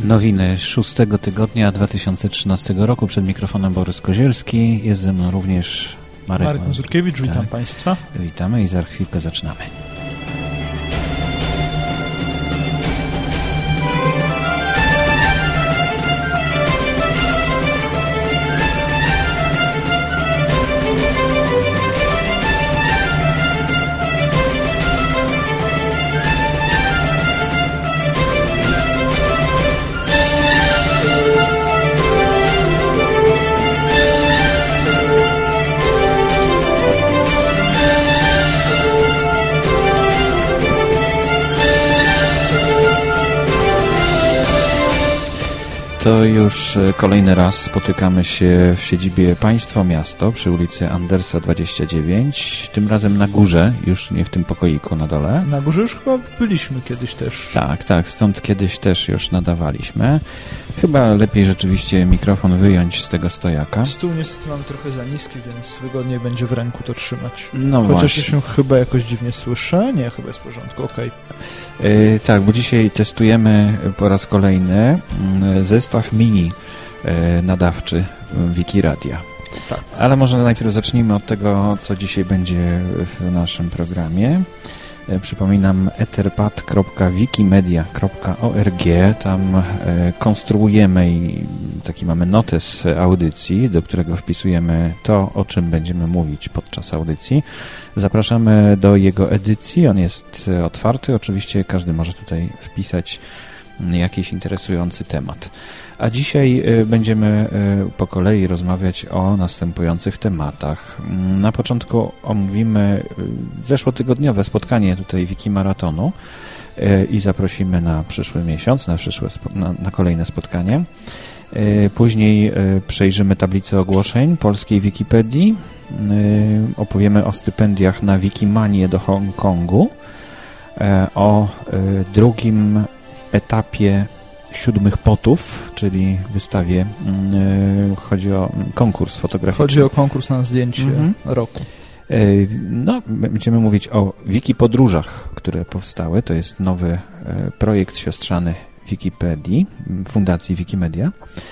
Nowiny 6 tygodnia 2013 roku. Przed mikrofonem Borys Kozielski. Jest ze mną również Marek Mazurkiewicz. Witam Państwa. Witamy i za chwilkę zaczynamy. To już kolejny raz spotykamy się w siedzibie Państwo Miasto przy ulicy Andersa 29, tym razem na górze, już nie w tym pokoiku na dole. Na górze już chyba byliśmy kiedyś też. Tak, stąd kiedyś też już nadawaliśmy. Chyba lepiej rzeczywiście mikrofon wyjąć z tego stojaka. Stół niestety mamy trochę za niski, więc wygodniej będzie w ręku to trzymać. No chociaż właśnie. się chyba jakoś dziwnie słyszę. Nie, chyba jest w porządku, okej. Tak, bo dzisiaj testujemy po raz kolejny zestaw mini nadawczy Wikiradia. Tak. Ale może najpierw zacznijmy od tego, co dzisiaj będzie w naszym programie. Przypominam etherpad.wikimedia.org. Tam konstruujemy i taki mamy notes audycji, do którego wpisujemy to, o czym będziemy mówić podczas audycji. Zapraszamy do jego edycji. On jest otwarty. Oczywiście każdy może tutaj wpisać jakiś interesujący temat. A dzisiaj będziemy po kolei rozmawiać o następujących tematach. Na początku omówimy zeszłotygodniowe spotkanie tutaj Wikimaratonu i zaprosimy na przyszły miesiąc, na kolejne spotkanie. Później przejrzymy tablicę ogłoszeń polskiej Wikipedii. Opowiemy o stypendiach na Wikimanię do Hongkongu, o drugim etapie 7 potów, czyli wystawie, chodzi o konkurs fotograficzny. Chodzi o konkurs na zdjęcie roku. No, będziemy mówić o Wikipodróżach, które powstały. To jest nowy projekt siostrzany Wikipedii, Fundacji Wikimedia.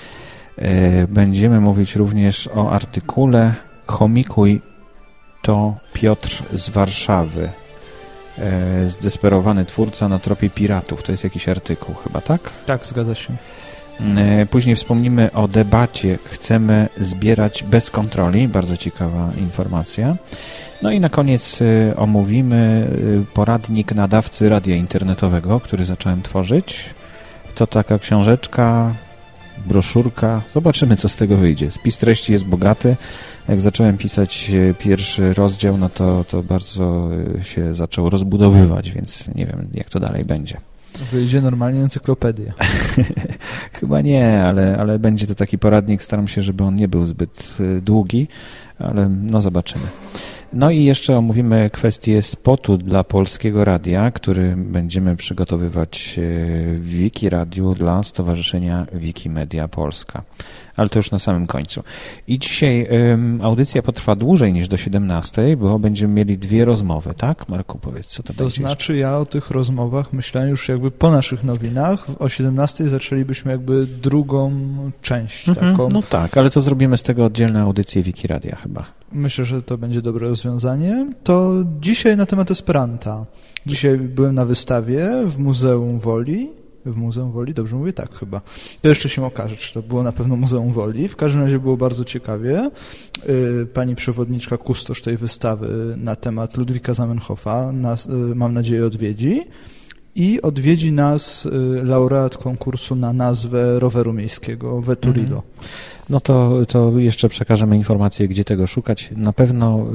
Będziemy mówić również o artykule Chomikuj to Piotr z Warszawy. Zdesperowany twórca na tropie piratów. To jest jakiś artykuł chyba, tak? Tak, zgadza się. Później wspomnimy o debacie Chcemy zbierać bez kontroli. Bardzo ciekawa informacja. No i na koniec omówimy poradnik nadawcy radia internetowego, który zacząłem tworzyć. To taka książeczka, broszurka. Zobaczymy, co z tego wyjdzie. Spis treści jest bogaty. Jak zacząłem pisać pierwszy rozdział, no to bardzo się zaczął rozbudowywać, więc nie wiem, jak to dalej będzie. Wyjdzie normalnie encyklopedia. Chyba nie, ale będzie to taki poradnik. Staram się, żeby on nie był zbyt długi, ale no zobaczymy. No i jeszcze omówimy kwestię spotu dla Polskiego Radia, który będziemy przygotowywać w Wikiradiu dla Stowarzyszenia Wikimedia Polska. Ale to już na samym końcu. I dzisiaj audycja potrwa dłużej niż do 17, bo będziemy mieli 2 rozmowy, tak? Marku, powiedz, co to będzie. To znaczy ja o tych rozmowach myślałem już jakby po naszych nowinach. O 17 zaczęlibyśmy jakby drugą część. Taką. No tak, ale to zrobimy z tego oddzielne audycje Wikiradia chyba. Myślę, że to będzie dobre rozwiązanie. To dzisiaj na temat Esperanta. Dzisiaj byłem na wystawie w Muzeum Woli. W Muzeum Woli? Dobrze mówię? Tak, chyba. To jeszcze się okaże, czy to było na pewno Muzeum Woli. W każdym razie było bardzo ciekawie. Pani przewodniczka, kustosz tej wystawy na temat Ludwika Zamenhofa nas, mam nadzieję, odwiedzi. I odwiedzi nas laureat konkursu na nazwę roweru miejskiego Veturilo. No to jeszcze przekażemy informację, gdzie tego szukać. Na pewno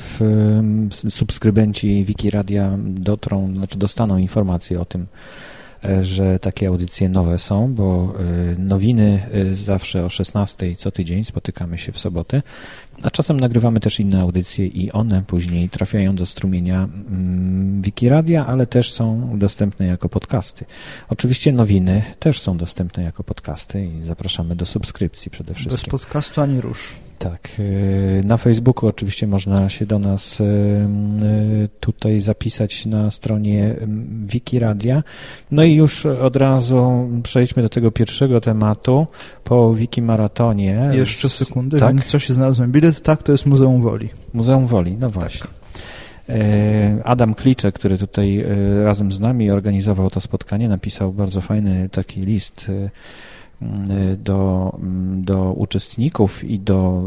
subskrybenci Wikiradia dostaną informacje o tym, że takie audycje nowe są, bo nowiny zawsze o 16 co tydzień, spotykamy się w soboty, a czasem nagrywamy też inne audycje i one później trafiają do strumienia Wikiradia, ale też są dostępne jako podcasty. Oczywiście nowiny też są dostępne jako podcasty i zapraszamy do subskrypcji przede wszystkim. Bez podcastu ani rusz. Tak, na Facebooku oczywiście można się do nas tutaj zapisać na stronie Wikiradia. No i już od razu przejdźmy do tego pierwszego tematu po Wikimaratonie. Jeszcze sekundę, tak? Więc co się znalazłem bilet? Tak, to jest Muzeum Woli. Muzeum Woli, no właśnie. Tak. Adam Kliczek, który tutaj razem z nami organizował to spotkanie, napisał bardzo fajny taki list do uczestników i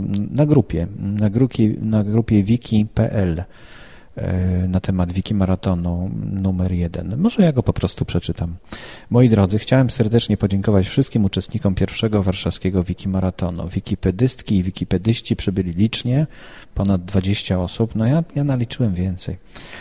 na grupie wiki.pl na temat Wikimaratonu numer 1. Może ja go po prostu przeczytam. Moi drodzy, chciałem serdecznie podziękować wszystkim uczestnikom pierwszego warszawskiego Wikimaratonu. Wikipedystki i wikipedyści przybyli licznie, ponad 20 osób. No ja naliczyłem więcej.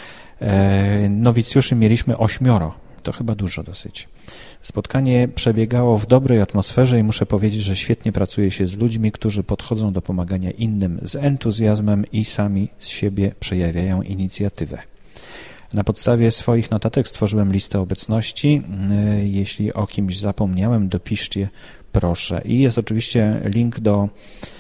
Nowicjuszy mieliśmy 8. To chyba dużo dosyć. Spotkanie przebiegało w dobrej atmosferze i muszę powiedzieć, że świetnie pracuje się z ludźmi, którzy podchodzą do pomagania innym z entuzjazmem i sami z siebie przejawiają inicjatywę. Na podstawie swoich notatek stworzyłem listę obecności. Jeśli o kimś zapomniałem, dopiszcie proszę. I jest oczywiście link do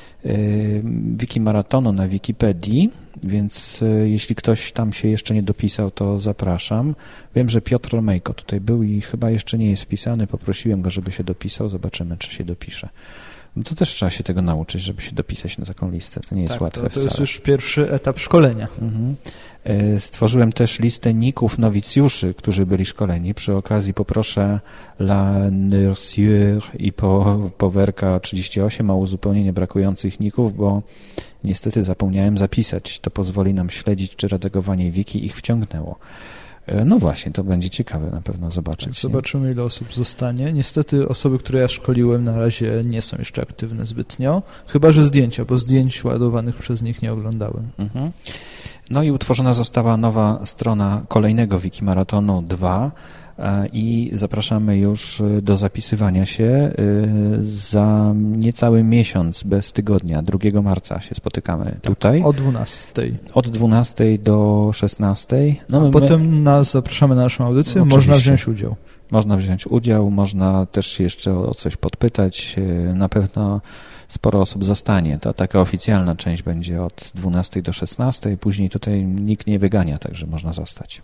Wikimaratonu na Wikipedii, więc jeśli ktoś tam się jeszcze nie dopisał, to zapraszam. Wiem, że Piotr Romejko tutaj był i chyba jeszcze nie jest wpisany. Poprosiłem go, żeby się dopisał. Zobaczymy, czy się dopisze. No to też trzeba się tego nauczyć, żeby się dopisać na taką listę. To nie jest łatwe. To jest już pierwszy etap szkolenia. Stworzyłem też listę ników nowicjuszy, którzy byli szkoleni. Przy okazji poproszę La Nersieur i Powerka 38 o uzupełnienie brakujących ników, bo niestety zapomniałem zapisać. To pozwoli nam śledzić, czy redagowanie wiki ich wciągnęło. No właśnie, to będzie ciekawe na pewno zobaczyć. Tak, zobaczymy, ile osób zostanie. Niestety osoby, które ja szkoliłem, na razie nie są jeszcze aktywne zbytnio, chyba że zdjęcia, bo zdjęć ładowanych przez nich nie oglądałem. No i utworzona została nowa strona kolejnego Wikimaratonu 2 i zapraszamy już do zapisywania się za niecały miesiąc, bez tygodnia, 2 marca się spotykamy tutaj. O 12. Od 12 do 16. No, potem nas zapraszamy na naszą audycję, oczywiście. Można wziąć udział. Można wziąć udział, można też się jeszcze o coś podpytać. Na pewno sporo osób zostanie. Ta taka oficjalna część będzie od 12 do 16. Później tutaj nikt nie wygania, także można zostać.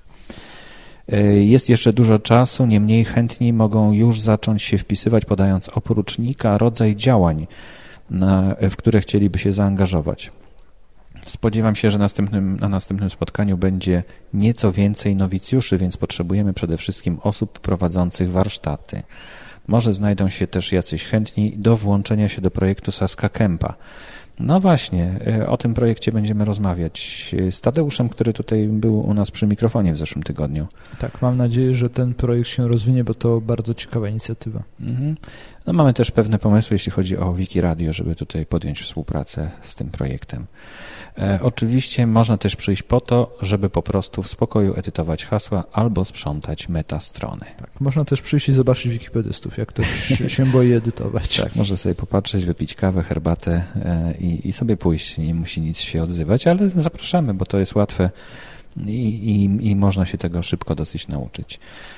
Jest jeszcze dużo czasu, niemniej chętni mogą już zacząć się wpisywać, podając oprócznika rodzaj działań, w które chcieliby się zaangażować. Spodziewam się, że na następnym spotkaniu będzie nieco więcej nowicjuszy, więc potrzebujemy przede wszystkim osób prowadzących warsztaty. Może znajdą się też jacyś chętni do włączenia się do projektu Saska Kępa. No właśnie, o tym projekcie będziemy rozmawiać z Tadeuszem, który tutaj był u nas przy mikrofonie w zeszłym tygodniu. Tak, mam nadzieję, że ten projekt się rozwinie, bo to bardzo ciekawa inicjatywa. No mamy też pewne pomysły, jeśli chodzi o Wikiradio, żeby tutaj podjąć współpracę z tym projektem. Oczywiście można też przyjść po to, żeby po prostu w spokoju edytować hasła albo sprzątać metastrony. Tak, można też przyjść i zobaczyć wikipedystów, jak ktoś się boi edytować. Tak, może sobie popatrzeć, wypić kawę, herbatę i sobie pójść, nie musi nic się odzywać, ale zapraszamy, bo to jest łatwe i można się tego szybko dosyć nauczyć.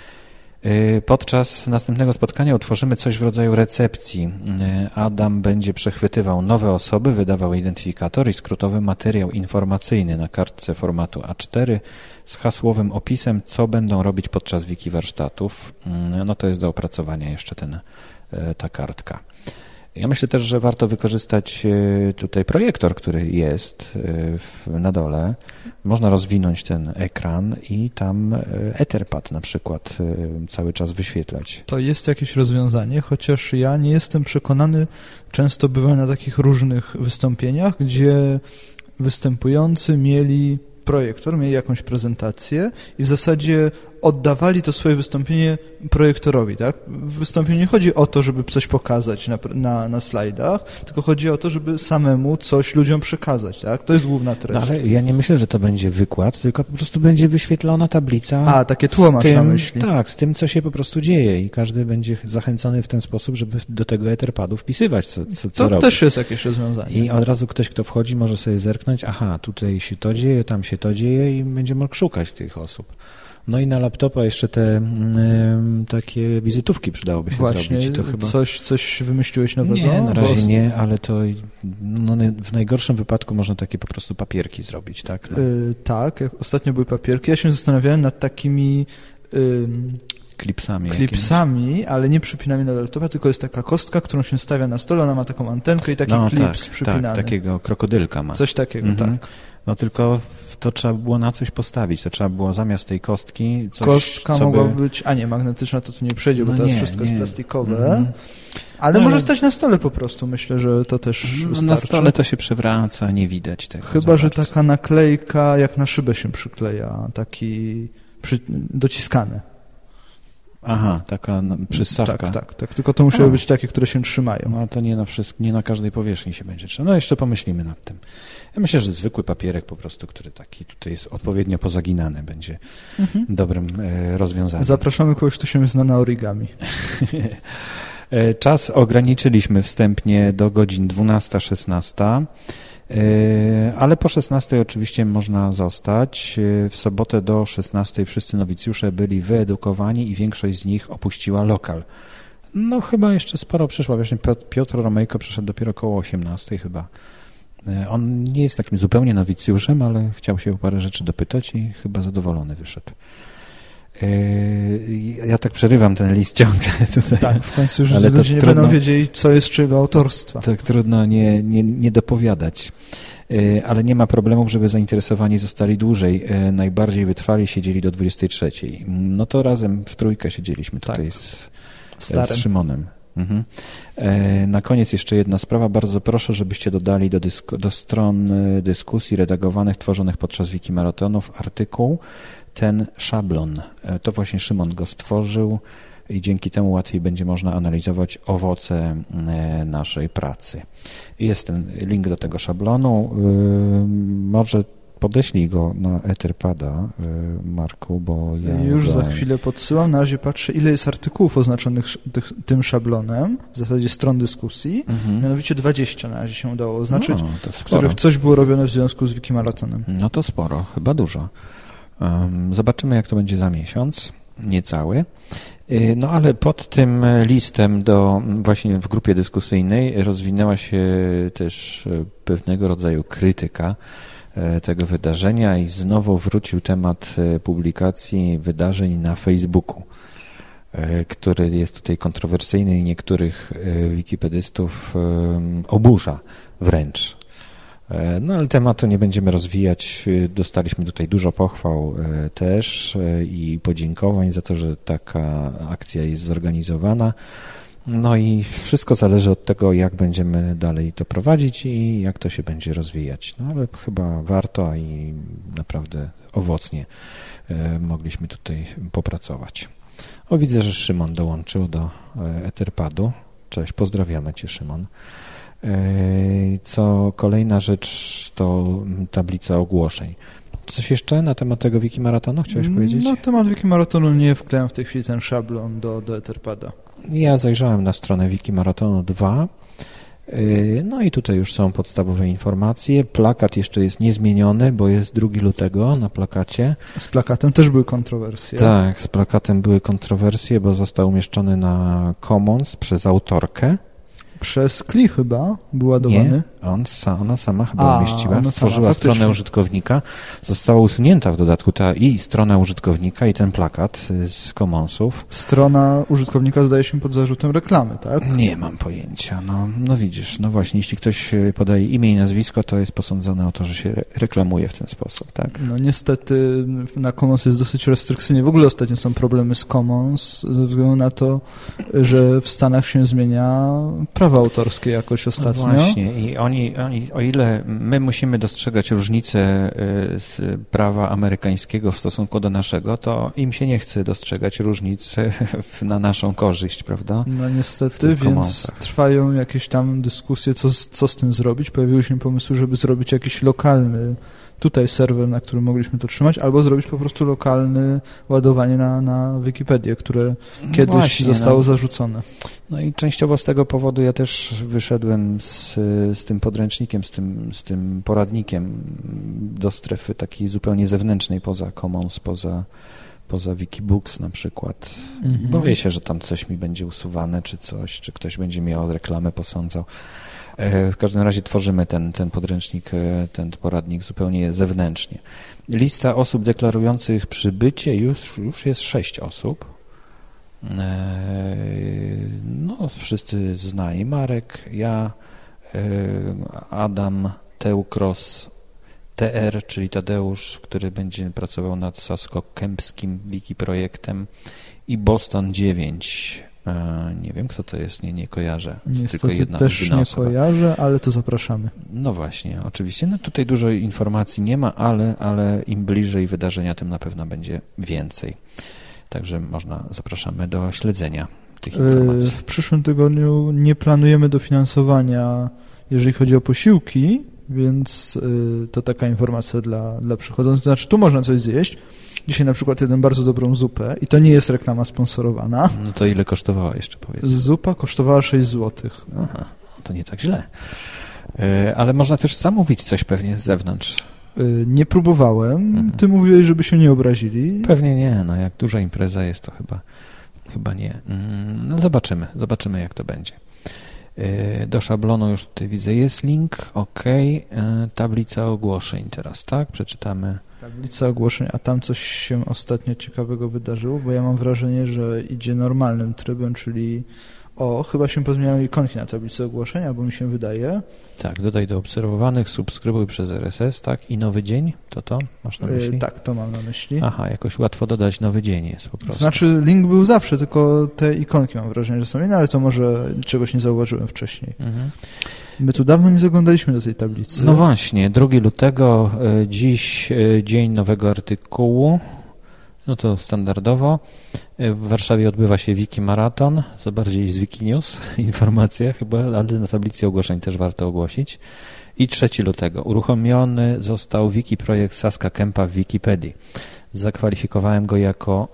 Podczas następnego spotkania utworzymy coś w rodzaju recepcji. Adam będzie przechwytywał nowe osoby, wydawał identyfikator i skrótowy materiał informacyjny na kartce formatu A4 z hasłowym opisem, co będą robić podczas wiki warsztatów. No to jest do opracowania jeszcze ta kartka. Ja myślę też, że warto wykorzystać tutaj projektor, który jest na dole. Można rozwinąć ten ekran i tam Etherpad na przykład cały czas wyświetlać. To jest jakieś rozwiązanie, chociaż ja nie jestem przekonany. Często bywałem na takich różnych wystąpieniach, gdzie występujący mieli projektor, mieli jakąś prezentację i w zasadzie oddawali to swoje wystąpienie projektorowi, tak? W wystąpieniu nie chodzi o to, żeby coś pokazać na slajdach, tylko chodzi o to, żeby samemu coś ludziom przekazać, tak? To jest główna treść. No, ale ja nie myślę, że to będzie wykład, tylko po prostu będzie wyświetlona tablica. A, takie tło masz na myśli. Tak, z tym, co się po prostu dzieje i każdy będzie zachęcony w ten sposób, żeby do tego Etherpadu wpisywać, co to robi. To też jest jakieś rozwiązanie. I od razu ktoś, kto wchodzi, może sobie zerknąć, aha, tutaj się to dzieje, tam się to dzieje i będzie mógł szukać tych osób. No i na laptopa jeszcze te takie wizytówki przydałoby się zrobić. To chyba... Coś wymyśliłeś nowego? Nie, na razie nie, ale to w najgorszym wypadku można takie po prostu papierki zrobić, tak? No. Tak, ostatnio były papierki. Ja się zastanawiałem nad takimi... klipsami, ale nie przypinami na laptopa, tylko jest taka kostka, którą się stawia na stole, ona ma taką antenkę i taki klips przypinany. Tak, takiego krokodylka ma. Coś takiego, tak. No tylko to trzeba było na coś postawić, to trzeba było zamiast tej kostki coś... Kostka mogła być, magnetyczna to tu nie przejdzie, bo teraz wszystko jest plastikowe, ale może stać na stole po prostu, myślę, że to też wystarczy. Na stole to się przewraca, nie widać tego. Chyba, że taka naklejka jak na szybę się przykleja, taki dociskany. Aha, taka przystawka. Tak. Tylko to musiały być takie, które się trzymają. No ale to nie na każdej powierzchni się będzie trzeba. No jeszcze pomyślimy nad tym. Ja myślę, że zwykły papierek po prostu, który taki tutaj jest odpowiednio pozaginany, będzie dobrym rozwiązaniem. Zapraszamy kogoś, kto się zna na origami. Czas ograniczyliśmy wstępnie do godzin 12-16. Ale po 16 oczywiście można zostać. W sobotę do 16 wszyscy nowicjusze byli wyedukowani i większość z nich opuściła lokal. No chyba jeszcze sporo przyszło. Właśnie Piotr Romejko przyszedł dopiero około 18 chyba. On nie jest takim zupełnie nowicjuszem, ale chciał się o parę rzeczy dopytać i chyba zadowolony wyszedł. Ja tak przerywam ten list ciągle tutaj. Tak, w końcu już ludzie nie będą wiedzieli, co jest czyjego autorstwa. Tak trudno nie dopowiadać. Ale nie ma problemów, żeby zainteresowani zostali dłużej. Najbardziej wytrwali siedzieli do 23. No to razem w trójkę siedzieliśmy tutaj z Szymonem. Na koniec jeszcze jedna sprawa. Bardzo proszę, żebyście dodali do stron dyskusji redagowanych, tworzonych podczas Wikimaratonów artykuł ten szablon. To właśnie Szymon go stworzył i dzięki temu łatwiej będzie można analizować owoce naszej pracy. Jest ten link do tego szablonu. Może podeślij go na Etherpada, Marku, bo ja... Już za chwilę podsyłam. Na razie patrzę, ile jest artykułów oznaczonych tym szablonem, w zasadzie stron dyskusji. Mianowicie 20 na razie się udało oznaczyć, w których coś było robione w związku z Wikimaratonem. No to sporo, chyba dużo. Zobaczymy, jak to będzie za miesiąc, niecały. No ale pod tym listem właśnie w grupie dyskusyjnej rozwinęła się też pewnego rodzaju krytyka tego wydarzenia i znowu wrócił temat publikacji wydarzeń na Facebooku, który jest tutaj kontrowersyjny i niektórych wikipedystów oburza wręcz. No ale tematu nie będziemy rozwijać. Dostaliśmy tutaj dużo pochwał też i podziękowań za to, że taka akcja jest zorganizowana. No i wszystko zależy od tego, jak będziemy dalej to prowadzić i jak to się będzie rozwijać. No ale chyba warto i naprawdę owocnie mogliśmy tutaj popracować. Widzę, że Szymon dołączył do Etherpadu. Cześć, pozdrawiamy Cię, Szymon. Co kolejna rzecz to tablica ogłoszeń. Coś jeszcze na temat tego Wikimaratonu chciałeś powiedzieć? Na temat Wikimaratonu nie wklejam w tej chwili ten szablon do Etherpada. Ja zajrzałem na stronę Wikimaratonu 2. No i tutaj już są podstawowe informacje. Plakat jeszcze jest niezmieniony, bo jest 2 lutego na plakacie. Z plakatem też były kontrowersje. Tak, z plakatem były kontrowersje, bo został umieszczony na Commons przez autorkę. Przez Kli chyba był ładowany. Nie, ona sama chyba umieściła. Stworzyła stronę użytkownika. Została usunięta w dodatku i strona użytkownika i ten plakat z Commonsów. Strona użytkownika zdaje się pod zarzutem reklamy, tak? Nie mam pojęcia. No widzisz, no właśnie, jeśli ktoś podaje imię i nazwisko, to jest posądzony o to, że się reklamuje w ten sposób, tak? No niestety na Commons jest dosyć restrykcyjnie. W ogóle ostatnio są problemy z Commons ze względu na to, że w Stanach się zmienia prawa autorskie jakoś ostatnio. No właśnie i oni, o ile my musimy dostrzegać różnice z prawa amerykańskiego w stosunku do naszego, to im się nie chce dostrzegać różnic na naszą korzyść, prawda? No niestety, więc trwają jakieś tam dyskusje, co z tym zrobić. Pojawiły się pomysły, żeby zrobić jakiś lokalny tutaj serwer, na którym mogliśmy to trzymać, albo zrobić po prostu lokalne ładowanie na Wikipedię, które kiedyś zostało zarzucone. No i częściowo z tego powodu ja też wyszedłem z tym podręcznikiem, z tym poradnikiem do strefy takiej zupełnie zewnętrznej, poza Commons, poza Wikibooks na przykład. Boję się, że tam coś mi będzie usuwane, czy coś, czy ktoś będzie mnie o reklamę posądzał. W każdym razie tworzymy ten podręcznik, ten poradnik zupełnie zewnętrznie. Lista osób deklarujących przybycie już jest 6 osób. No, wszyscy znani. Marek, ja, Adam, Teukros, TR, czyli Tadeusz, który będzie pracował nad sasko-kępskim wiki projektem, i Boston 9. Nie wiem, kto to jest, nie kojarzę. Niestety tylko jedna też nie osoba. kojarzę, ale to zapraszamy. No właśnie, oczywiście. No tutaj dużo informacji nie ma, ale im bliżej wydarzenia, tym na pewno będzie więcej. Także zapraszamy do śledzenia tych informacji. W przyszłym tygodniu nie planujemy dofinansowania, jeżeli chodzi o posiłki, więc to taka informacja dla przychodzących. Znaczy, tu można coś zjeść. Dzisiaj na przykład jadłem bardzo dobrą zupę i to nie jest reklama sponsorowana. No to ile kosztowała jeszcze, powiedz? Zupa kosztowała 6 zł. Aha, to nie tak źle. Ale można też zamówić coś pewnie z zewnątrz. Nie próbowałem. Ty mówiłeś, żeby się nie obrazili. Pewnie nie. No jak duża impreza jest, to chyba nie. No zobaczymy jak to będzie. Do szablonu już tutaj widzę jest link. OK. Tablica ogłoszeń teraz, tak? Przeczytamy. Tablica ogłoszeń, a tam coś się ostatnio ciekawego wydarzyło, bo ja mam wrażenie, że idzie normalnym trybem, czyli chyba się pozmieniały ikonki na tablicy ogłoszeń, albo mi się wydaje. Tak, dodaj do obserwowanych, subskrybuj przez RSS, tak? I nowy dzień? To masz na myśli? Tak, to mam na myśli. Aha, jakoś łatwo dodać nowy dzień jest po prostu. Znaczy link był zawsze, tylko te ikonki mam wrażenie, że są inne, ale to może czegoś nie zauważyłem wcześniej. My tu dawno nie zaglądaliśmy do tej tablicy. No właśnie, 2 lutego, dziś dzień nowego artykułu. No to standardowo. W Warszawie odbywa się Wiki Maraton, co bardziej z Wikinews informacja chyba, ale na tablicy ogłoszeń też warto ogłosić. I 3 lutego uruchomiony został wiki projekt Saska Kępa w Wikipedii. Zakwalifikowałem go jako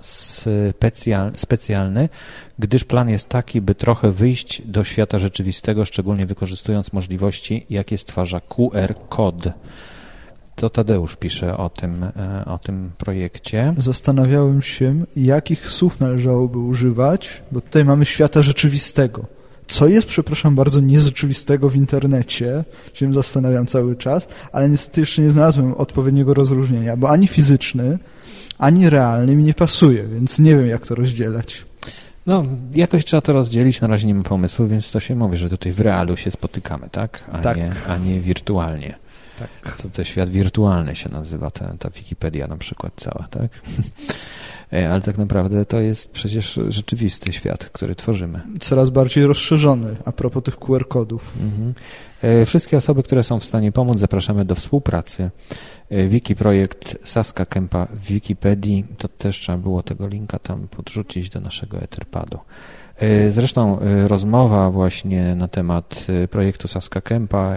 specjalny, gdyż plan jest taki, by trochę wyjść do świata rzeczywistego, szczególnie wykorzystując możliwości, jakie stwarza QR kod. To Tadeusz pisze o tym projekcie. Zastanawiałem się, jakich słów należałoby używać, bo tutaj mamy świata rzeczywistego. Co jest, przepraszam bardzo, nierzeczywistego w internecie, się zastanawiam cały czas, ale niestety jeszcze nie znalazłem odpowiedniego rozróżnienia, bo ani fizyczny, ani realny mi nie pasuje, więc nie wiem, jak to rozdzielać. No, jakoś trzeba to rozdzielić, na razie nie mam pomysłu, więc to się mówi, że tutaj w realu się spotykamy, tak? A nie wirtualnie. Tak. To świat wirtualny się nazywa, ta Wikipedia na przykład cała, tak? Ale tak naprawdę to jest przecież rzeczywisty świat, który tworzymy. Coraz bardziej rozszerzony, a propos tych QR kodów. Wszystkie osoby, które są w stanie pomóc, zapraszamy do współpracy. Wiki projekt Saska Kępa w Wikipedii, to też trzeba było tego linka tam podrzucić do naszego Etherpadu. Zresztą rozmowa właśnie na temat projektu Saska Kępa,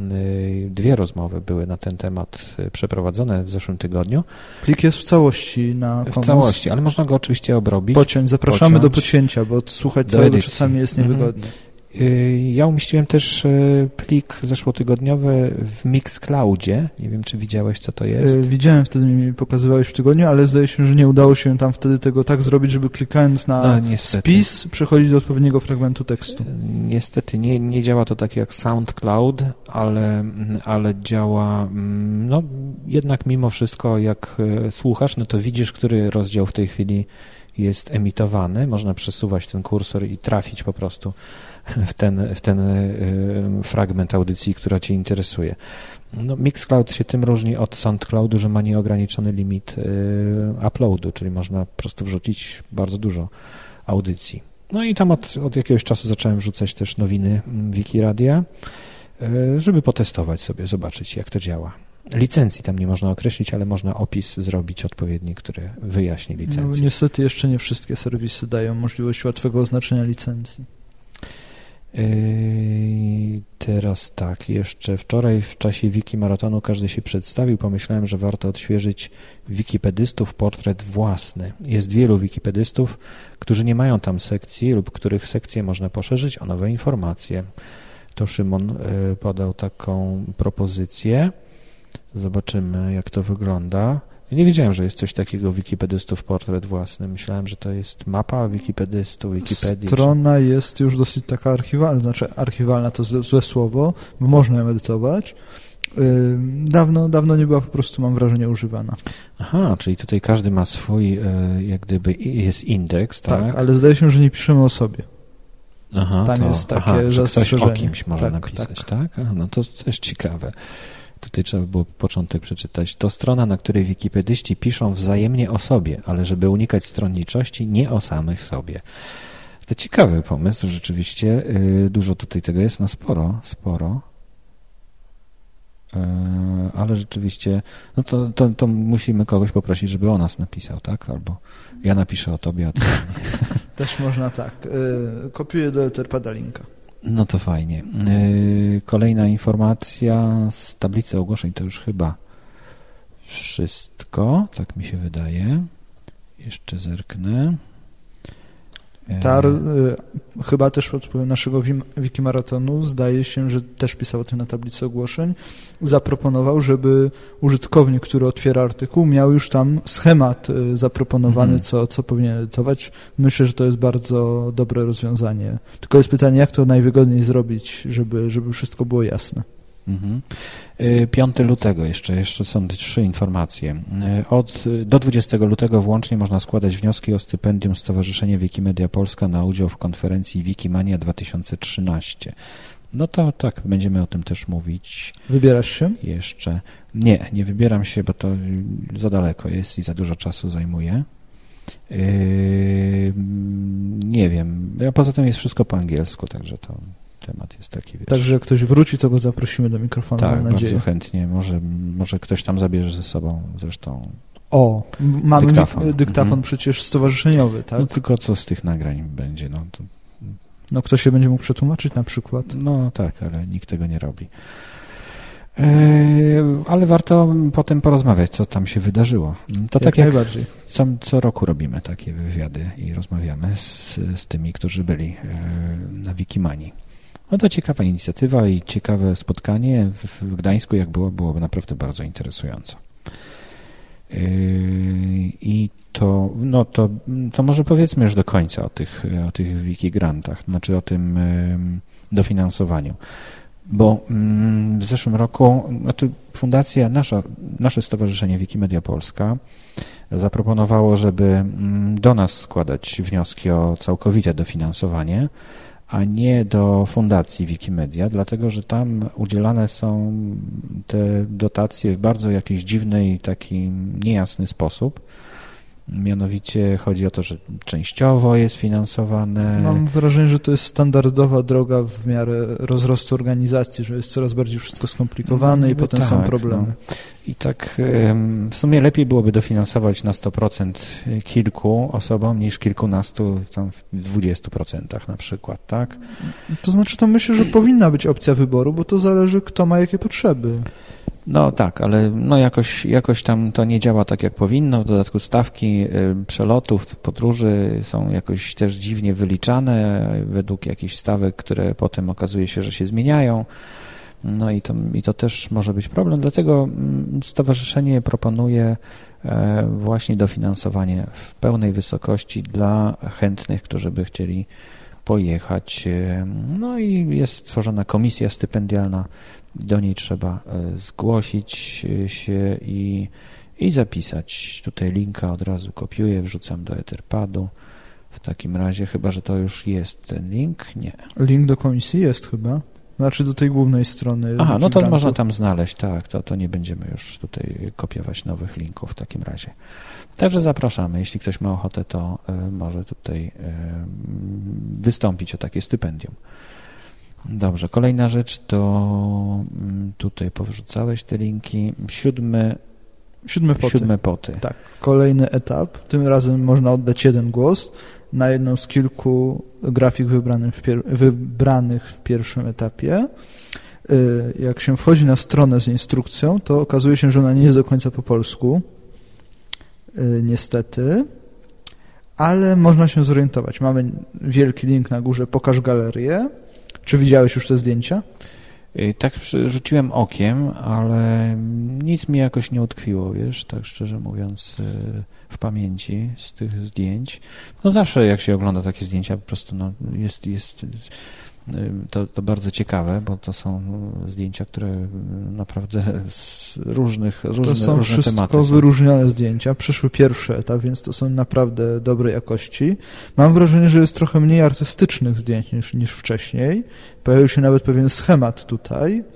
2 rozmowy były na ten temat przeprowadzone w zeszłym tygodniu. Plik jest w całości na Commons. W całości, ale można go oczywiście obrobić. Zapraszamy do pocięcia, bo słuchać całego czasami jest niewygodnie. Ja umieściłem też plik zeszłotygodniowy w Mixcloudzie. Nie wiem, czy widziałeś, co to jest. Widziałem, wtedy mi pokazywałeś w tygodniu, ale zdaje się, że nie udało się tam wtedy tego tak zrobić, żeby klikając na spis przechodzić do odpowiedniego fragmentu tekstu. Niestety nie działa to tak jak SoundCloud, ale działa jednak mimo wszystko, jak słuchasz, no to widzisz, który rozdział w tej chwili jest emitowany. Można przesuwać ten kursor i trafić po prostu w ten fragment audycji, która Cię interesuje. No, Mixcloud się tym różni od SoundCloudu, że ma nieograniczony limit uploadu, czyli można po prostu wrzucić bardzo dużo audycji. No i tam od jakiegoś czasu zacząłem wrzucać też nowiny Wikiradia, żeby potestować sobie, zobaczyć, jak to działa. Licencji tam nie można określić, ale można opis zrobić odpowiedni, który wyjaśni licencję. No, niestety jeszcze nie wszystkie serwisy dają możliwość łatwego oznaczenia licencji. Teraz tak, jeszcze wczoraj w czasie Wiki Maratonu każdy się przedstawił. Pomyślałem, że warto odświeżyć wikipedystów portret własny. Jest wielu wikipedystów, którzy nie mają tam sekcji lub których sekcje można poszerzyć o nowe informacje. To Szymon podał taką propozycję. Zobaczymy, jak to wygląda. Nie wiedziałem, że jest coś takiego wikipedystów portret własny. Myślałem, że to jest mapa wikipedystów, Wikipedii. Strona jest już dosyć taka archiwalna, znaczy archiwalna to złe słowo, bo można ją edytować. Dawno nie była po prostu, mam wrażenie, używana. Aha, czyli tutaj każdy ma swój, jak gdyby jest indeks, tak? Tak, ale zdaje się, że nie piszemy o sobie. Aha, tam jest takie zastrzeżenie. Ktoś o kimś może napisać, tak? Aha, no to też ciekawe. Tutaj trzeba było początek przeczytać. To strona, na której wikipedyści piszą wzajemnie o sobie, ale żeby unikać stronniczości, nie o samych sobie. To ciekawy pomysł, rzeczywiście. Dużo tutaj tego jest, no sporo. Ale rzeczywiście, no to musimy kogoś poprosić, żeby o nas napisał, tak? Albo ja napiszę o tobie, a ty nie. Też można tak. Kopiuję do Etherpada linka. No to fajnie. Kolejna informacja z tablicy ogłoszeń to już chyba wszystko, tak mi się wydaje. Jeszcze zerknę. Chyba też pod wpływem naszego Wikimaratonu, zdaje się, że też pisał o tym na tablicy ogłoszeń, zaproponował, żeby użytkownik, który otwiera artykuł, miał już tam schemat zaproponowany, co powinien edytować. Myślę, że to jest bardzo dobre rozwiązanie. Tylko jest pytanie, jak to najwygodniej zrobić, żeby wszystko było jasne. 5 lutego jeszcze są 3 informacje. Do 20 lutego włącznie można składać wnioski o stypendium Stowarzyszenia Wikimedia Polska na udział w konferencji Wikimania 2013. No to tak, będziemy o tym też mówić. Wybierasz się? Jeszcze. Nie wybieram się, bo to za daleko jest i za dużo czasu zajmuje. Nie wiem. A poza tym jest wszystko po angielsku, także to temat jest taki, wiesz. Także jak ktoś wróci, to go zaprosimy do mikrofonu, tak, mam nadzieję. Bardzo chętnie. Może ktoś tam zabierze ze sobą zresztą mamy dyktafon przecież stowarzyszeniowy, tak? No tylko co z tych nagrań będzie? No ktoś się będzie mógł przetłumaczyć na przykład? No tak, ale nikt tego nie robi. Ale warto potem porozmawiać, co tam się wydarzyło. To tak jak najbardziej. Co roku robimy takie wywiady i rozmawiamy z tymi, którzy byli na Wikimanii. No to ciekawa inicjatywa i ciekawe spotkanie w Gdańsku, jak byłoby naprawdę bardzo interesujące. I to może powiedzmy już do końca o tych Wikigrantach, znaczy o tym dofinansowaniu. Bo w zeszłym roku, fundacja, nasze Stowarzyszenie Wikimedia Polska zaproponowało, żeby do nas składać wnioski o całkowite dofinansowanie, a nie do Fundacji Wikimedia, dlatego że tam udzielane są te dotacje w bardzo jakiś dziwny i taki niejasny sposób. Mianowicie chodzi o to, że częściowo jest finansowane. Mam wrażenie, że to jest standardowa droga w miarę rozrostu organizacji, że jest coraz bardziej wszystko skomplikowane i potem są problemy. I tak w sumie lepiej byłoby dofinansować na 100% kilku osobom niż kilkunastu, tam w 20% na przykład, tak? To znaczy, to myślę, że powinna być opcja wyboru, bo to zależy, kto ma jakie potrzeby. No tak, ale jakoś tam to nie działa tak, jak powinno. W dodatku stawki przelotów, podróży są jakoś też dziwnie wyliczane według jakichś stawek, które potem okazuje się, że się zmieniają. No i to też może być problem. Dlatego stowarzyszenie proponuje właśnie dofinansowanie w pełnej wysokości dla chętnych, którzy by chcieli pojechać. No i jest stworzona komisja stypendialna. Do niej trzeba zgłosić się i zapisać. Tutaj linka od razu kopiuję, wrzucam do Etherpadu. W takim razie, chyba że to już jest ten link? Nie. Link do komisji jest chyba. Znaczy do tej głównej strony. Aha, no to można tam znaleźć, tak. To nie będziemy już tutaj kopiować nowych linków w takim razie. Także zapraszamy. Jeśli ktoś ma ochotę, to może tutaj wystąpić o takie stypendium. Dobrze, kolejna rzecz to tutaj powrzucałeś te linki. Siódme poty. Tak, kolejny etap. Tym razem można oddać jeden głos na jedną z kilku grafik wybranych w pierwszym etapie. Jak się wchodzi na stronę z instrukcją, to okazuje się, że ona nie jest do końca po polsku. Niestety. Ale można się zorientować. Mamy wielki link na górze, pokaż galerię. Czy widziałeś już te zdjęcia? Tak rzuciłem okiem, ale nic mi jakoś nie utkwiło, wiesz, tak szczerze mówiąc, w pamięci z tych zdjęć. No zawsze jak się ogląda takie zdjęcia, po prostu no, jest to bardzo ciekawe, bo to są zdjęcia, które naprawdę z różnych tematy. To są wszystko wyróżnione zdjęcia. Przyszły pierwszy etap, więc to są naprawdę dobrej jakości. Mam wrażenie, że jest trochę mniej artystycznych zdjęć niż wcześniej. Pojawił się nawet pewien schemat tutaj.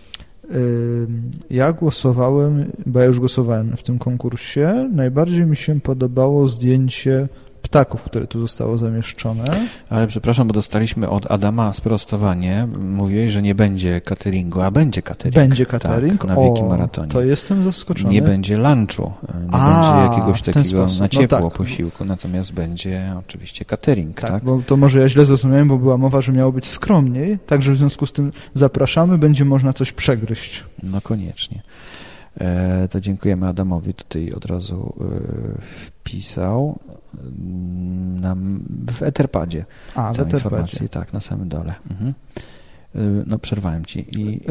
Ja głosowałem, bo ja już głosowałem w tym konkursie. Najbardziej mi się podobało zdjęcie ptaków, które tu zostało zamieszczone. Ale przepraszam, bo dostaliśmy od Adama sprostowanie. Mówiłeś, że nie będzie cateringu, a będzie catering. Będzie catering? Tak, na Wielkim Maratonie. To jestem zaskoczony. Nie będzie lunchu, nie będzie jakiegoś takiego na ciepło posiłku, natomiast będzie oczywiście catering. Tak, bo to może ja źle zrozumiałem, bo była mowa, że miało być skromniej, także w związku z tym zapraszamy, będzie można coś przegryźć. No koniecznie. To dziękujemy Adamowi, tutaj od razu wpisał nam w Etherpadzie. W Etherpadzie. Tak, na samym dole. Mhm. No przerwałem ci.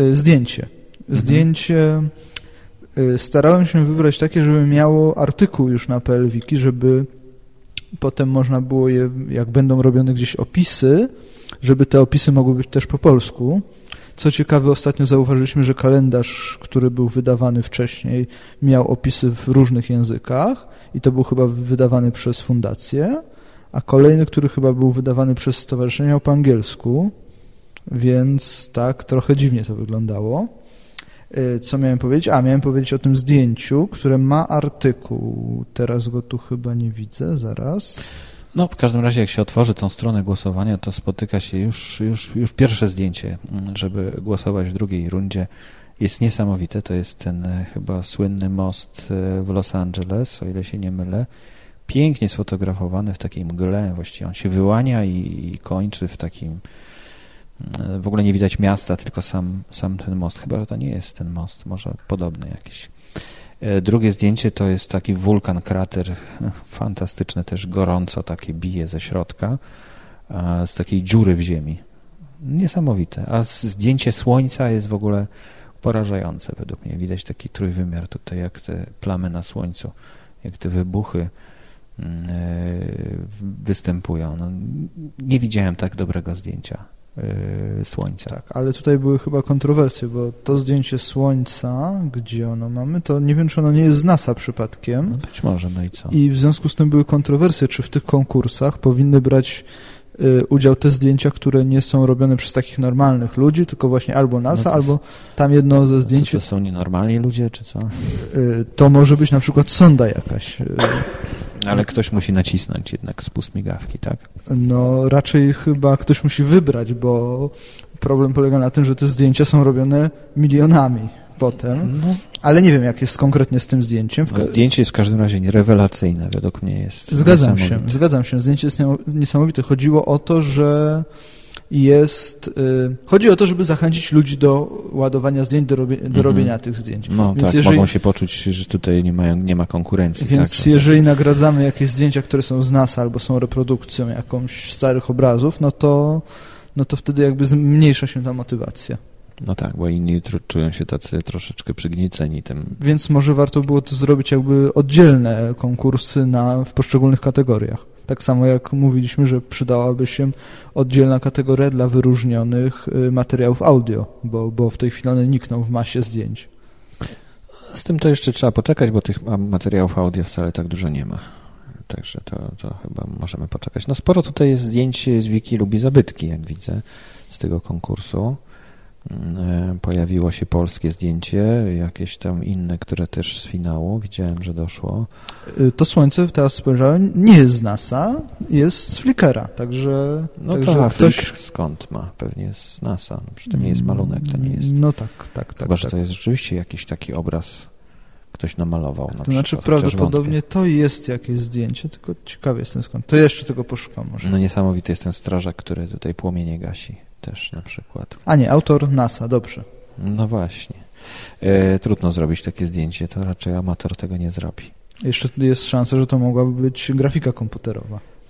Zdjęcie starałem się wybrać takie, żeby miało artykuł już na PL Wiki, żeby potem można było je, jak będą robione gdzieś opisy, żeby te opisy mogły być też po polsku. Co ciekawe, ostatnio zauważyliśmy, że kalendarz, który był wydawany wcześniej, miał opisy w różnych językach i to był chyba wydawany przez fundację, a kolejny, który chyba był wydawany przez stowarzyszenie, miał po angielsku, więc tak, trochę dziwnie to wyglądało. Co miałem powiedzieć? Miałem powiedzieć o tym zdjęciu, które ma artykuł. Teraz go tu chyba nie widzę, zaraz. No, w każdym razie, jak się otworzy tą stronę głosowania, to spotyka się już pierwsze zdjęcie, żeby głosować w drugiej rundzie. Jest niesamowite. To jest ten chyba słynny most w Los Angeles, o ile się nie mylę. Pięknie sfotografowany w takiej mgle. Właściwie on się wyłania i kończy w takim... W ogóle nie widać miasta, tylko sam ten most. Chyba, że to nie jest ten most. Może podobny jakiś. Drugie zdjęcie to jest taki wulkan, krater, fantastyczne, też gorąco takie bije ze środka, z takiej dziury w ziemi. Niesamowite. A zdjęcie słońca jest w ogóle porażające według mnie. Widać taki trójwymiar tutaj, jak te plamy na słońcu, jak te wybuchy występują. No, nie widziałem tak dobrego zdjęcia słońca. Tak, ale tutaj były chyba kontrowersje, bo to zdjęcie słońca, gdzie ono mamy, to nie wiem, czy ono nie jest z NASA przypadkiem. No być może, no i co? I w związku z tym były kontrowersje, czy w tych konkursach powinny brać udział te zdjęcia, które nie są robione przez takich normalnych ludzi, tylko właśnie albo NASA, albo tam jedno ze zdjęć... To są nienormalni ludzie, czy co? To może być na przykład sonda jakaś. Ale ktoś musi nacisnąć jednak spust migawki, tak? No raczej chyba ktoś musi wybrać, bo problem polega na tym, że te zdjęcia są robione milionami potem, ale nie wiem, jak jest konkretnie z tym zdjęciem. Zdjęcie jest w każdym razie rewelacyjne, według mnie jest. Zgadzam się. Zdjęcie jest niesamowite. Chodziło o to, że chodzi o to, żeby zachęcić ludzi do ładowania zdjęć, do robienia tych zdjęć. No więc tak, mogą się poczuć, że tutaj nie ma konkurencji. Więc tak, jeżeli nagradzamy jakieś zdjęcia, które są z NASA albo są reprodukcją jakąś starych obrazów, no to wtedy jakby zmniejsza się ta motywacja. No tak, bo inni czują się tacy troszeczkę przygnieceni tym. Więc może warto było to zrobić jakby oddzielne konkursy w poszczególnych kategoriach. Tak samo jak mówiliśmy, że przydałaby się oddzielna kategoria dla wyróżnionych materiałów audio, bo w tej chwili one nikną w masie zdjęć. Z tym to jeszcze trzeba poczekać, bo tych materiałów audio wcale tak dużo nie ma. Także to chyba możemy poczekać. No sporo tutaj jest zdjęć z Wiki lubi zabytki, jak widzę, z tego konkursu. Pojawiło się polskie zdjęcie, jakieś tam inne, które też z finału. Widziałem, że doszło. To słońce, teraz spojrzałem, nie jest z NASA, jest z Flickra, także... No to ktoś skąd ma? Pewnie z NASA. No, przecież to nie jest malunek, to nie jest... No tak. Chyba, że to jest rzeczywiście jakiś taki obraz, ktoś namalował. To znaczy prawdopodobnie to jest jakieś zdjęcie, tylko ciekawy jestem skąd. To jeszcze tego poszukam może. No niesamowity jest ten strażak, który tutaj płomienie gasi. Też na przykład. A nie, autor NASA, dobrze. No właśnie. Trudno zrobić takie zdjęcie, to raczej amator tego nie zrobi. Jeszcze jest szansa, że to mogłaby być grafika komputerowa.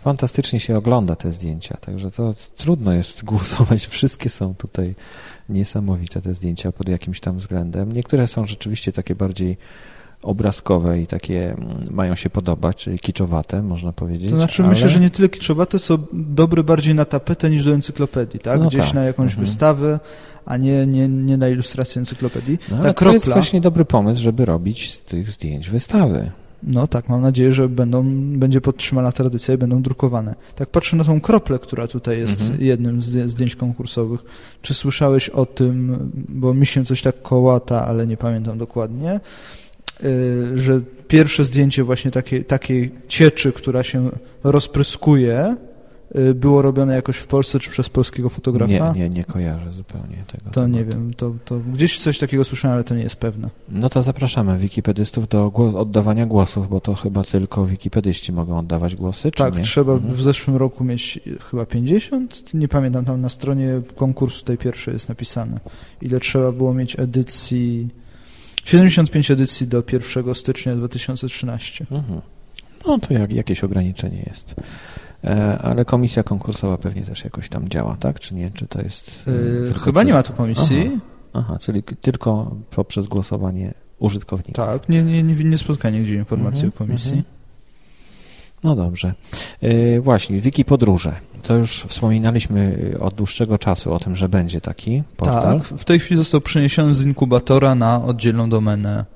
Fantastycznie się ogląda te zdjęcia, także to trudno jest głosować. Wszystkie są tutaj niesamowite, te zdjęcia pod jakimś tam względem. Niektóre są rzeczywiście takie bardziej obrazkowe i takie mają się podobać, czyli kiczowate, można powiedzieć. To znaczy myślę, że nie tyle kiczowate, co dobre bardziej na tapetę niż do encyklopedii, tak? No Gdzieś tak. na jakąś wystawę, a nie na ilustrację encyklopedii. No, Ta ale kropla, to jest właśnie dobry pomysł, żeby robić z tych zdjęć wystawy. no tak, mam nadzieję, że będzie podtrzymana tradycja i będą drukowane. Tak patrzę na tą kroplę, która tutaj jest jednym z zdjęć konkursowych. Czy słyszałeś o tym, bo mi się coś tak kołata, ale nie pamiętam dokładnie, że pierwsze zdjęcie właśnie takiej cieczy, która się rozpryskuje, było robione jakoś w Polsce, czy przez polskiego fotografa? Nie kojarzę zupełnie tego. To nie wiem, to gdzieś coś takiego słyszałem, ale to nie jest pewne. No to zapraszamy wikipedystów do oddawania głosów, bo to chyba tylko wikipedyści mogą oddawać głosy, czy tak, nie? trzeba w zeszłym roku mieć chyba 50, nie pamiętam, tam na stronie konkursu tej pierwszej jest napisane, ile trzeba było mieć edycji, 75 edycji do 1 stycznia 2013. No to jakieś ograniczenie jest. Ale komisja konkursowa pewnie też jakoś tam działa, tak? Czy nie? Czy to jest... Chyba nie ma tu komisji. Aha, czyli tylko poprzez głosowanie użytkownika. Tak, nie spotkanie nigdzie informacji o komisji. No dobrze. Właśnie, Wiki Podróże. To już wspominaliśmy od dłuższego czasu o tym, że będzie taki portal. Tak, w tej chwili został przeniesiony z inkubatora na oddzielną domenę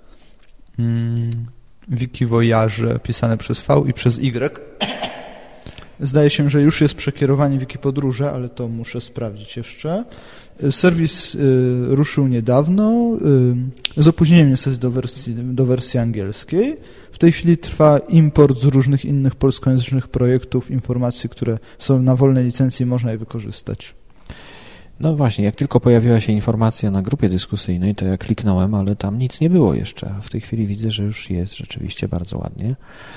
Wiki Voyage, pisane przez V i przez Y. Zdaje się, że już jest przekierowanie Wiki Podróże, ale to muszę sprawdzić jeszcze. Serwis ruszył niedawno, z opóźnieniem niestety do wersji angielskiej. W tej chwili trwa import z różnych innych polskojęzycznych projektów, informacji, które są na wolnej licencji, można je wykorzystać. No właśnie, jak tylko pojawiła się informacja na grupie dyskusyjnej, to ja kliknąłem, ale tam nic nie było jeszcze. W tej chwili widzę, że już jest rzeczywiście bardzo ładnie.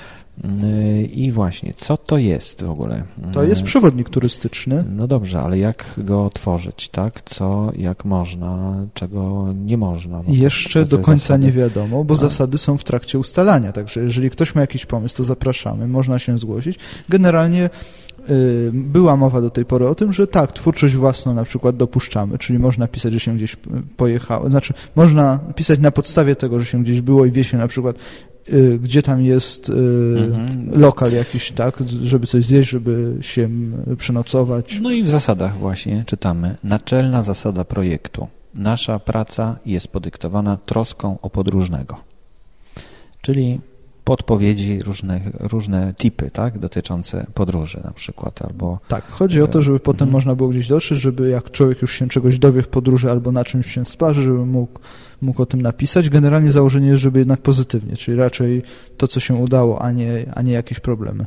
I właśnie, co to jest w ogóle? To jest przewodnik turystyczny. No dobrze, ale jak go tworzyć, tak? Co, jak można, czego nie można? Jeszcze do końca nie wiadomo, bo zasady są w trakcie ustalania, także jeżeli ktoś ma jakiś pomysł, to zapraszamy, można się zgłosić. Generalnie była mowa do tej pory o tym, że tak, twórczość własną na przykład dopuszczamy, czyli można pisać, że się gdzieś pojechało, znaczy można pisać na podstawie tego, że się gdzieś było i wie się na przykład, gdzie tam jest lokal jakiś, tak, żeby coś zjeść, żeby się przenocować. No i w zasadach właśnie czytamy: naczelna zasada projektu. Nasza praca jest podyktowana troską o podróżnego. Czyli podpowiedzi, różne tipy, tak, dotyczące podróży na przykład, albo... Tak, chodzi o to, żeby potem można było gdzieś dotrzeć, żeby jak człowiek już się czegoś dowie w podróży albo na czymś się sparzy, żeby mógł o tym napisać. Generalnie założenie jest, żeby jednak pozytywnie, czyli raczej to, co się udało, a nie jakieś problemy.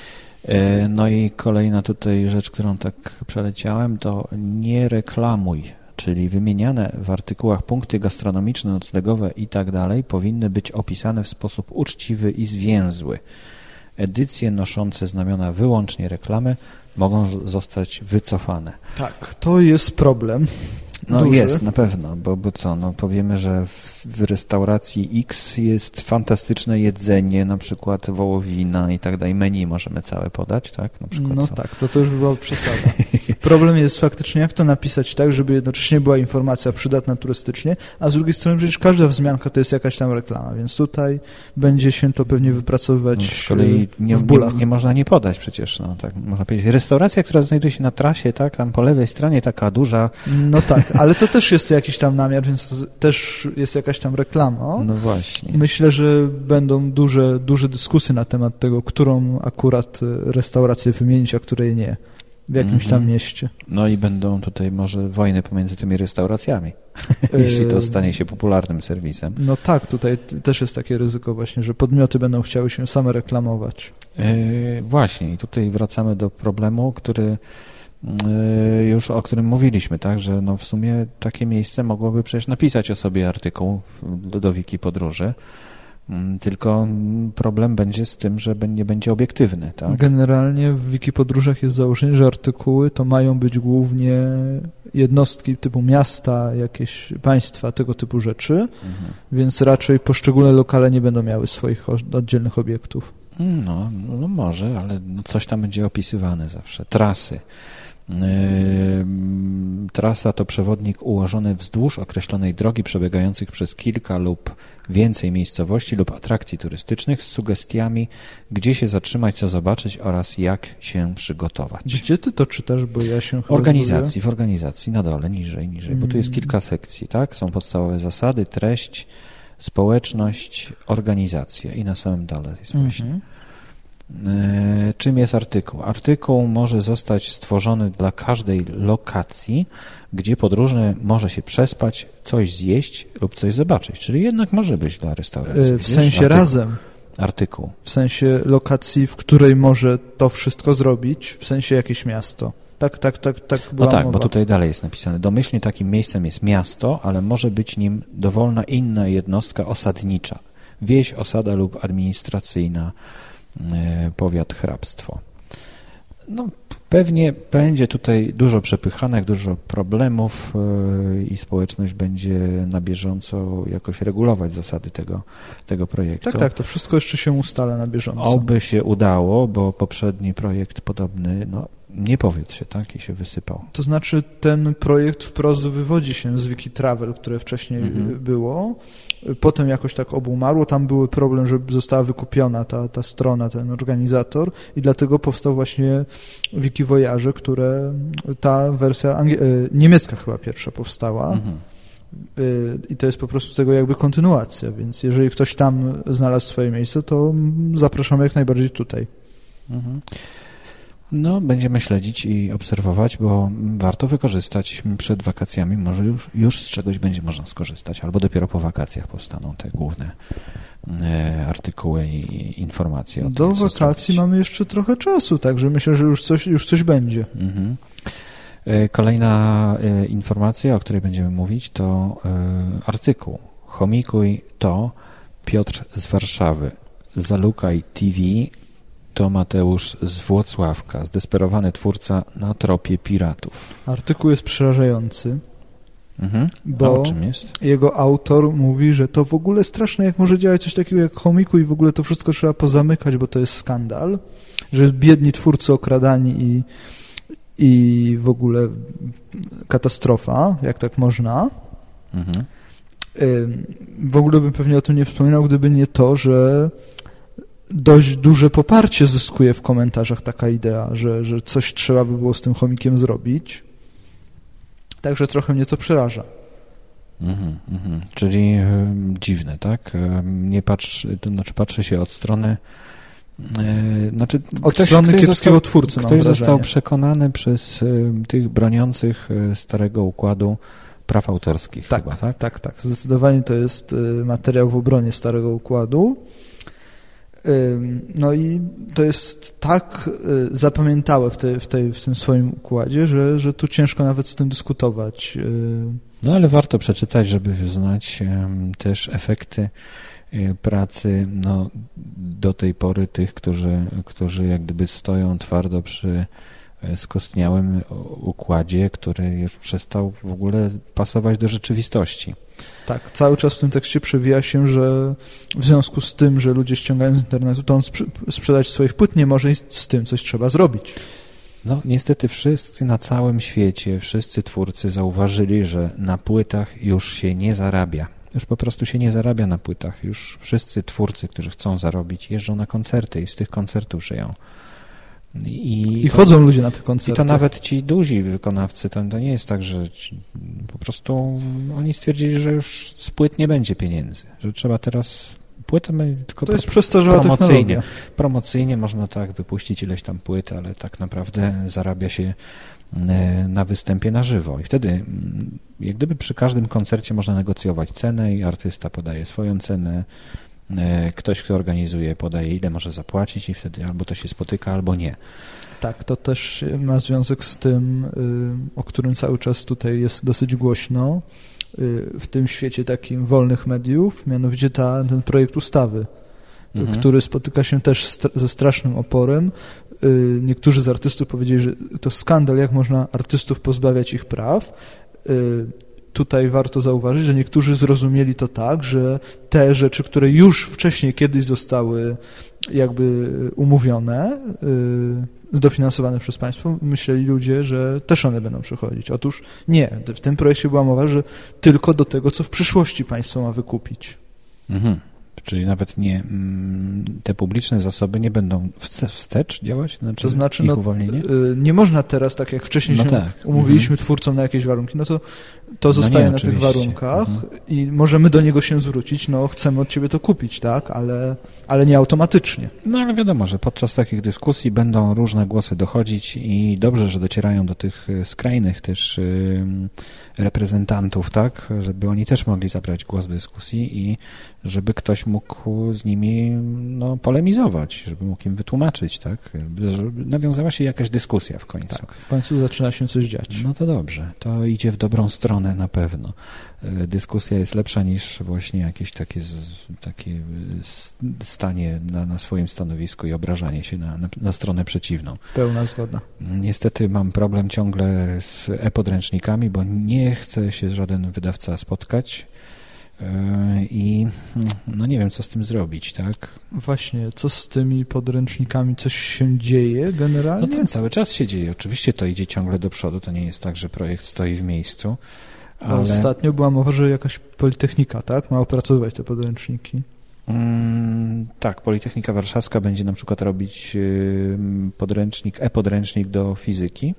No i kolejna tutaj rzecz, którą tak przeleciałem, to nie reklamuj, czyli wymieniane w artykułach punkty gastronomiczne, noclegowe i tak dalej powinny być opisane w sposób uczciwy i zwięzły. Edycje noszące znamiona wyłącznie reklamy mogą zostać wycofane. Tak, to jest problem. No duży. Jest, na pewno, bo co, no powiemy, że w restauracji X jest fantastyczne jedzenie, na przykład wołowina i tak dalej, menu możemy całe podać, tak? Na przykład no tak, to już by była przesada. Problem jest faktycznie, jak to napisać tak, żeby jednocześnie była informacja przydatna turystycznie, a z drugiej strony przecież każda wzmianka to jest jakaś tam reklama, więc tutaj będzie się to pewnie wypracowywać z kolei w bólach. Nie można nie podać przecież, no tak można powiedzieć. Restauracja, która znajduje się na trasie, tak, tam po lewej stronie taka duża. No tak, ale to też jest jakiś tam namiar, więc to też jest jakaś tam reklama. No właśnie. Myślę, że będą duże dyskusje na temat tego, którą akurat restaurację wymienić, a której nie. W jakimś tam mieście. No i będą tutaj może wojny pomiędzy tymi restauracjami, jeśli to stanie się popularnym serwisem. No tak, tutaj też jest takie ryzyko właśnie, że podmioty będą chciały się same reklamować. Właśnie i tutaj wracamy do problemu, który już o którym mówiliśmy, tak, że no w sumie takie miejsce mogłoby przecież napisać o sobie artykuł do Wiki Podróży, tylko problem będzie z tym, że nie będzie obiektywny. Tak? Generalnie w Wiki Podróżach jest założenie, że artykuły to mają być głównie jednostki typu miasta, jakieś państwa, tego typu rzeczy, więc raczej poszczególne lokale nie będą miały swoich oddzielnych obiektów. No może, ale coś tam będzie opisywane zawsze. Trasy. Trasa to przewodnik ułożony wzdłuż określonej drogi przebiegających przez kilka lub więcej miejscowości lub atrakcji turystycznych z sugestiami, gdzie się zatrzymać, co zobaczyć oraz jak się przygotować. Gdzie ty to czytasz, bo ja się chyba w organizacji, na dole, niżej, bo tu jest kilka sekcji, tak? Są podstawowe zasady, treść, społeczność, organizacja i na samym dole jest właśnie. Czym jest artykuł? Artykuł może zostać stworzony dla każdej lokacji, gdzie podróżny może się przespać, coś zjeść lub coś zobaczyć. Czyli jednak może być dla restauracji. W sensie razem. Artykuł. W sensie lokacji, w której może to wszystko zrobić, w sensie jakieś miasto. Tak była mowa. Bo tutaj dalej jest napisane. Domyślnie takim miejscem jest miasto, ale może być nim dowolna inna jednostka osadnicza. Wieś, osada lub administracyjna, powiat, hrabstwo. No, pewnie będzie tutaj dużo przepychanek, dużo problemów i społeczność będzie na bieżąco jakoś regulować zasady tego projektu. Tak, to wszystko jeszcze się ustala na bieżąco. Oby się udało, bo poprzedni projekt podobny, nie powiódł się, tak? I się wysypał. To znaczy ten projekt wprost wywodzi się z Wikitravel, które wcześniej było. Potem jakoś tak obumarło. Tam był problem, że została wykupiona ta strona, ten organizator i dlatego powstał właśnie Wikivoyage, które ta wersja niemiecka chyba pierwsza powstała. I to jest po prostu tego jakby kontynuacja, więc jeżeli ktoś tam znalazł swoje miejsce, to zapraszamy jak najbardziej tutaj. Będziemy śledzić i obserwować, bo warto wykorzystać przed wakacjami, może już z czegoś będzie można skorzystać, albo dopiero po wakacjach powstaną te główne artykuły i informacje o tym, do wakacji mamy jeszcze trochę czasu, także myślę, że już coś będzie. Kolejna informacja, o której będziemy mówić, to artykuł Chomikuj to Piotr z Warszawy, Zalukaj TV to Mateusz z Włocławka, zdesperowany twórca na tropie piratów. Artykuł jest przerażający, bo o czym jest? Jego autor mówi, że to w ogóle straszne, jak może działać coś takiego jak Chomikuj i w ogóle to wszystko trzeba pozamykać, bo to jest skandal, że biedni twórcy okradani i w ogóle katastrofa, jak tak można. W ogóle bym pewnie o tym nie wspominał, gdyby nie to, że dość duże poparcie zyskuje w komentarzach taka idea, że coś trzeba by było z tym chomikiem zrobić. Także trochę mnie to przeraża. Czyli dziwne, tak? Patrzy się od strony od strony kiepskiego twórcy, mam wrażenie. Ktoś został przekonany przez tych broniących starego układu praw autorskich. Tak, chyba, tak? Tak. Zdecydowanie to jest materiał w obronie starego układu. No i to jest tak zapamiętałe w tym swoim układzie, że tu ciężko nawet z tym dyskutować. No ale warto przeczytać, żeby znać też efekty pracy do tej pory tych, którzy jak gdyby stoją twardo przy skostniałym układzie, który już przestał w ogóle pasować do rzeczywistości. Tak, cały czas w tym tekście przewija się, że w związku z tym, że ludzie ściągają z internetu, to on sprzedać swoich płyt nie może i z tym coś trzeba zrobić. Niestety wszyscy na całym świecie, wszyscy twórcy zauważyli, że na płytach już się nie zarabia. Już po prostu się nie zarabia na płytach. Już wszyscy twórcy, którzy chcą zarobić, jeżdżą na koncerty i z tych koncertów żyją. I chodzą ludzie na te koncerty. I to nawet ci duzi wykonawcy, to nie jest tak, że po prostu oni stwierdzili, że już z płyt nie będzie pieniędzy, że trzeba teraz płytę tylko to jest przestarzała technologia. Promocyjnie można tak wypuścić ileś tam płyt, ale tak naprawdę zarabia się na występie na żywo i wtedy jak gdyby przy każdym koncercie można negocjować cenę i artysta podaje swoją cenę, ktoś, kto organizuje, podaje, ile może zapłacić i wtedy albo to się spotyka, albo nie. Tak, to też ma związek z tym, o którym cały czas tutaj jest dosyć głośno w tym świecie takim wolnych mediów, mianowicie ten projekt ustawy, który spotyka się też ze strasznym oporem. Niektórzy z artystów powiedzieli, że to skandal, jak można artystów pozbawiać ich praw. tutaj warto zauważyć, że niektórzy zrozumieli to tak, że te rzeczy, które już wcześniej kiedyś zostały jakby umówione, dofinansowane przez państwo, myśleli ludzie, że też one będą przychodzić. Otóż nie. W tym projekcie była mowa, że tylko do tego, co w przyszłości państwo ma wykupić. Mhm. Czyli nawet nie te publiczne zasoby nie będą wstecz działać? To znaczy, ich uwolnienie? Nie można teraz, tak jak wcześniej umówiliśmy twórcom na jakieś warunki, to zostaje na tych warunkach i możemy do niego się zwrócić, chcemy od ciebie to kupić, tak, ale nie automatycznie. No ale wiadomo, że podczas takich dyskusji będą różne głosy dochodzić i dobrze, że docierają do tych skrajnych też reprezentantów, tak, żeby oni też mogli zabrać głos w dyskusji i żeby ktoś mógł z nimi polemizować, żeby mógł im wytłumaczyć, tak, żeby nawiązała się jakaś dyskusja w końcu. Tak, w końcu zaczyna się coś dziać. No to dobrze, to idzie w dobrą stronę na pewno. Dyskusja jest lepsza niż właśnie jakieś takie stanie na swoim stanowisku i obrażanie się na stronę przeciwną. Pełna zgoda. Niestety mam problem ciągle z e-podręcznikami, bo nie chce się żaden wydawca spotkać i nie wiem, co z tym zrobić, tak? Właśnie, co z tymi podręcznikami? Coś się dzieje generalnie? Ten cały czas się dzieje. Oczywiście to idzie ciągle do przodu. To nie jest tak, że projekt stoi w miejscu. Ale... Ostatnio była mowa, że jakaś Politechnika, tak? Ma opracowywać te podręczniki. Tak, Politechnika Warszawska będzie na przykład robić e-podręcznik do fizyki.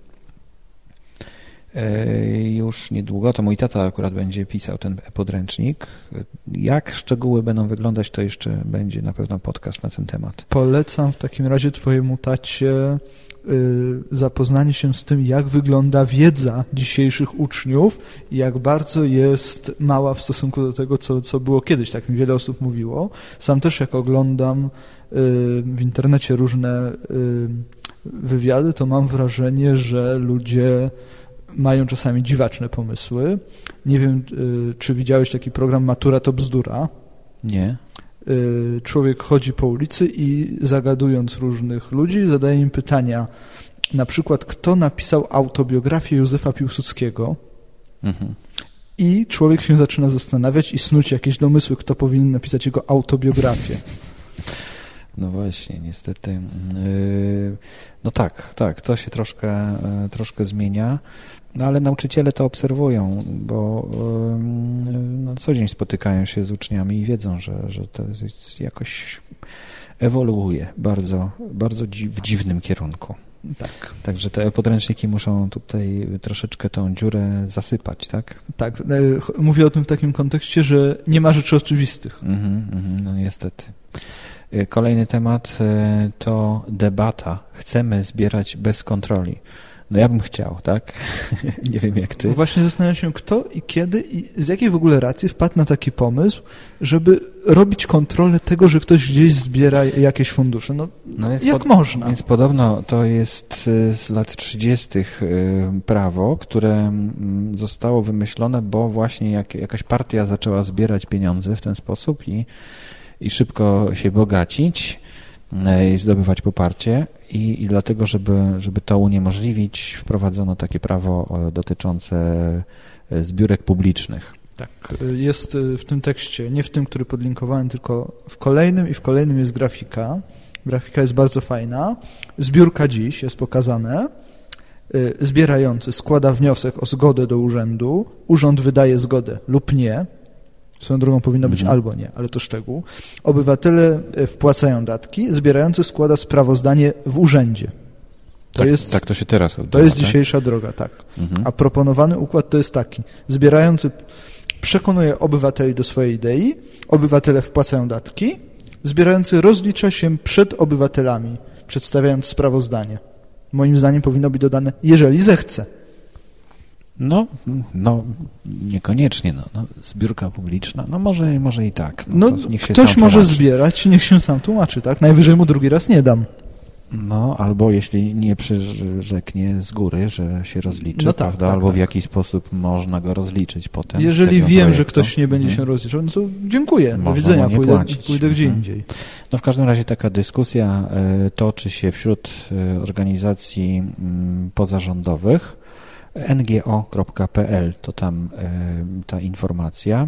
Już niedługo, to mój tata akurat będzie pisał ten podręcznik. Jak szczegóły będą wyglądać, to jeszcze będzie na pewno podcast na ten temat. Polecam w takim razie twojemu tacie zapoznanie się z tym, jak wygląda wiedza dzisiejszych uczniów i jak bardzo jest mała w stosunku do tego, co było kiedyś. Tak mi wiele osób mówiło. Sam też jak oglądam w internecie różne wywiady, to mam wrażenie, że ludzie mają czasami dziwaczne pomysły. Nie wiem, czy widziałeś taki program Matura to bzdura? Nie. Człowiek chodzi po ulicy i zagadując różnych ludzi, zadaje im pytania, na przykład kto napisał autobiografię Józefa Piłsudskiego i człowiek się zaczyna zastanawiać i snuć jakieś domysły, kto powinien napisać jego autobiografię. No właśnie, niestety. Tak, to się troszkę zmienia, ale nauczyciele to obserwują, bo na co dzień spotykają się z uczniami i wiedzą, że to jakoś ewoluuje bardzo, bardzo w dziwnym kierunku. Tak. Także te podręczniki muszą tutaj troszeczkę tą dziurę zasypać, tak? Tak, mówię o tym w takim kontekście, że nie ma rzeczy oczywistych. No niestety. Kolejny temat to debata. Chcemy zbierać bez kontroli. No ja bym chciał, tak? Nie wiem jak ty. Właśnie zastanawiam się, kto i kiedy i z jakiej w ogóle racji wpadł na taki pomysł, żeby robić kontrolę tego, że ktoś gdzieś zbiera jakieś fundusze. Jak można? Więc podobno to jest z lat 30. prawo, które zostało wymyślone, bo właśnie jakaś partia zaczęła zbierać pieniądze w ten sposób i szybko się bogacić i zdobywać poparcie i dlatego, żeby to uniemożliwić, wprowadzono takie prawo dotyczące zbiórek publicznych. Tak, jest w tym tekście, nie w tym, który podlinkowałem, tylko w kolejnym jest grafika. Grafika jest bardzo fajna. Zbiórka dziś jest pokazane. Zbierający składa wniosek o zgodę do urzędu. Urząd wydaje zgodę lub nie. Swoją drogą powinno być albo nie, ale to szczegół. Obywatele wpłacają datki, zbierający składa sprawozdanie w urzędzie. Tak to się teraz odbywa. To jest dzisiejsza droga, tak. A proponowany układ to jest taki. Zbierający przekonuje obywateli do swojej idei, obywatele wpłacają datki, zbierający rozlicza się przed obywatelami, przedstawiając sprawozdanie. Moim zdaniem powinno być dodane, jeżeli zechce. No, niekoniecznie. Zbiórka publiczna, może i tak. Ktoś może zbierać, niech się sam tłumaczy, tak? Najwyżej mu drugi raz nie dam. Albo jeśli nie przyrzeknie z góry, że się rozliczy, prawda? Albo w jaki sposób można go rozliczyć potem. Jeżeli wiem, że ktoś nie będzie się rozliczał, to dziękuję, do widzenia, pójdę gdzie indziej. W każdym razie taka dyskusja toczy się wśród organizacji pozarządowych. ngo.pl, to tam ta informacja.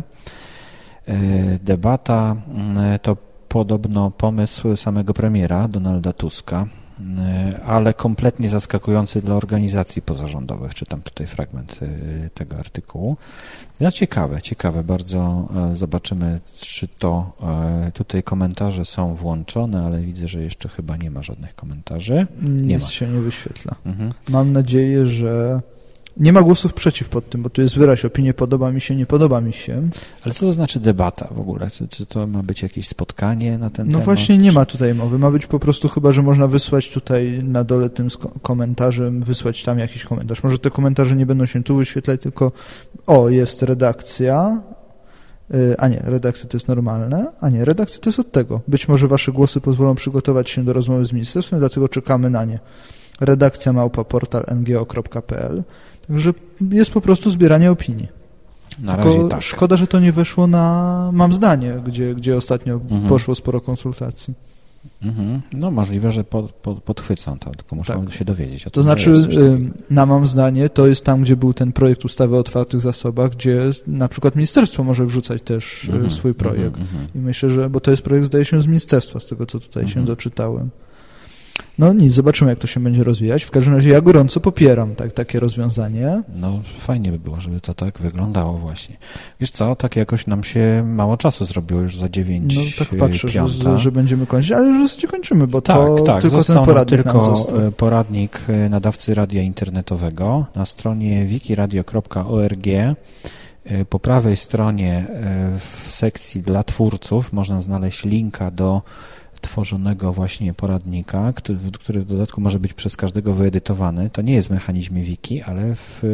Debata to podobno pomysł samego premiera Donalda Tuska, ale kompletnie zaskakujący dla organizacji pozarządowych. Czytam tutaj fragment tego artykułu. No ciekawe bardzo. Zobaczymy, czy to tutaj komentarze są włączone, ale widzę, że jeszcze chyba nie ma żadnych komentarzy. Nic się nie wyświetla. Mam nadzieję, że nie ma głosów przeciw pod tym, bo tu jest wyraz opinii, podoba mi się, nie podoba mi się. Ale co to znaczy debata w ogóle? Czy to ma być jakieś spotkanie na ten temat? No właśnie nie ma tutaj mowy. Ma być po prostu chyba, że można wysłać tutaj na dole tym komentarzem, wysłać tam jakiś komentarz. Może te komentarze nie będą się tu wyświetlać, tylko jest redakcja, a nie, redakcja to jest normalne, a nie, redakcja to jest od tego. Być może wasze głosy pozwolą przygotować się do rozmowy z ministerstwem, dlatego czekamy na nie. Redakcja @portal.ngo.pl. Także jest po prostu zbieranie opinii. Na razie tak. Szkoda, że to nie weszło na Mam zdanie, gdzie ostatnio poszło sporo konsultacji. No możliwe, że podchwycą to, tylko muszą się dowiedzieć. To znaczy na Mam zdanie to jest tam, gdzie był ten projekt ustawy o otwartych zasobach, gdzie na przykład ministerstwo może wrzucać też swój projekt. I myślę, że, bo to jest projekt, zdaje się, z ministerstwa, z tego co tutaj się doczytałem. No nic, zobaczymy, jak to się będzie rozwijać. W każdym razie ja gorąco popieram takie rozwiązanie. No fajnie by było, żeby to tak wyglądało właśnie. Wiesz co, tak jakoś nam się mało czasu zrobiło już za 9:05. No tak patrzę, że będziemy kończyć, ale już w zasadzie kończymy, bo to tylko ten poradnik nam został. Poradnik nadawcy radia internetowego na stronie wikiradio.org. Po prawej stronie w sekcji dla twórców można znaleźć linka do tworzonego właśnie poradnika, który w dodatku może być przez każdego wyedytowany. To nie jest w mechanizmie wiki, ale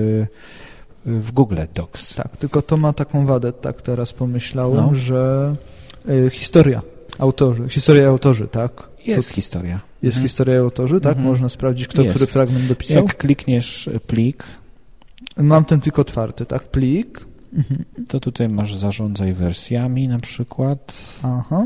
w Google Docs. Tak, tylko to ma taką wadę, tak teraz pomyślałem, że historia i autorzy, tak? Jest historia. Jest historia i autorzy, tak? Można sprawdzić, który fragment dopisał. Jak klikniesz plik. Mam ten plik otwarty, tak? Plik. To tutaj masz zarządzaj wersjami na przykład. Aha.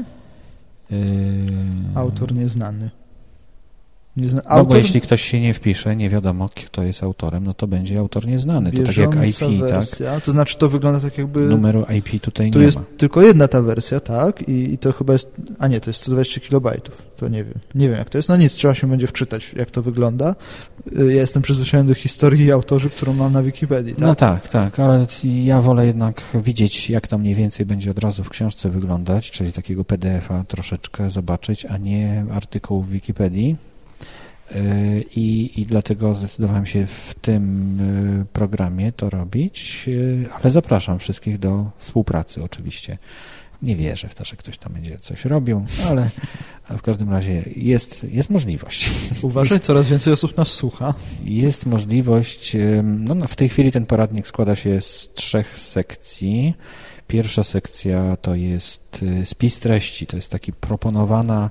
Autor nieznany. Bo jeśli ktoś się nie wpisze, nie wiadomo, kto jest autorem, no to będzie autor nieznany. To tak jak IP, wersja, tak? To znaczy to wygląda tak jakby... Numeru IP tutaj tu nie jest ma. Tylko jedna ta wersja, tak? I to chyba jest... A nie, to jest 120 kilobajtów. To nie wiem. Nie wiem, jak to jest. No nic, trzeba się będzie wczytać, jak to wygląda. Ja jestem przyzwyczajony do historii i autorzy, którą mam na Wikipedii, tak? No tak, ale ja wolę jednak widzieć, jak to mniej więcej będzie od razu w książce wyglądać, czyli takiego PDF-a troszeczkę zobaczyć, a nie artykuł w Wikipedii. I dlatego zdecydowałem się w tym programie to robić, ale zapraszam wszystkich do współpracy oczywiście. Nie wierzę w to, że ktoś tam będzie coś robił, ale w każdym razie jest możliwość. Uważaj, coraz więcej osób nas słucha. Jest możliwość, w tej chwili ten poradnik składa się z 3 sekcji. Pierwsza sekcja to jest spis treści, to jest taki proponowany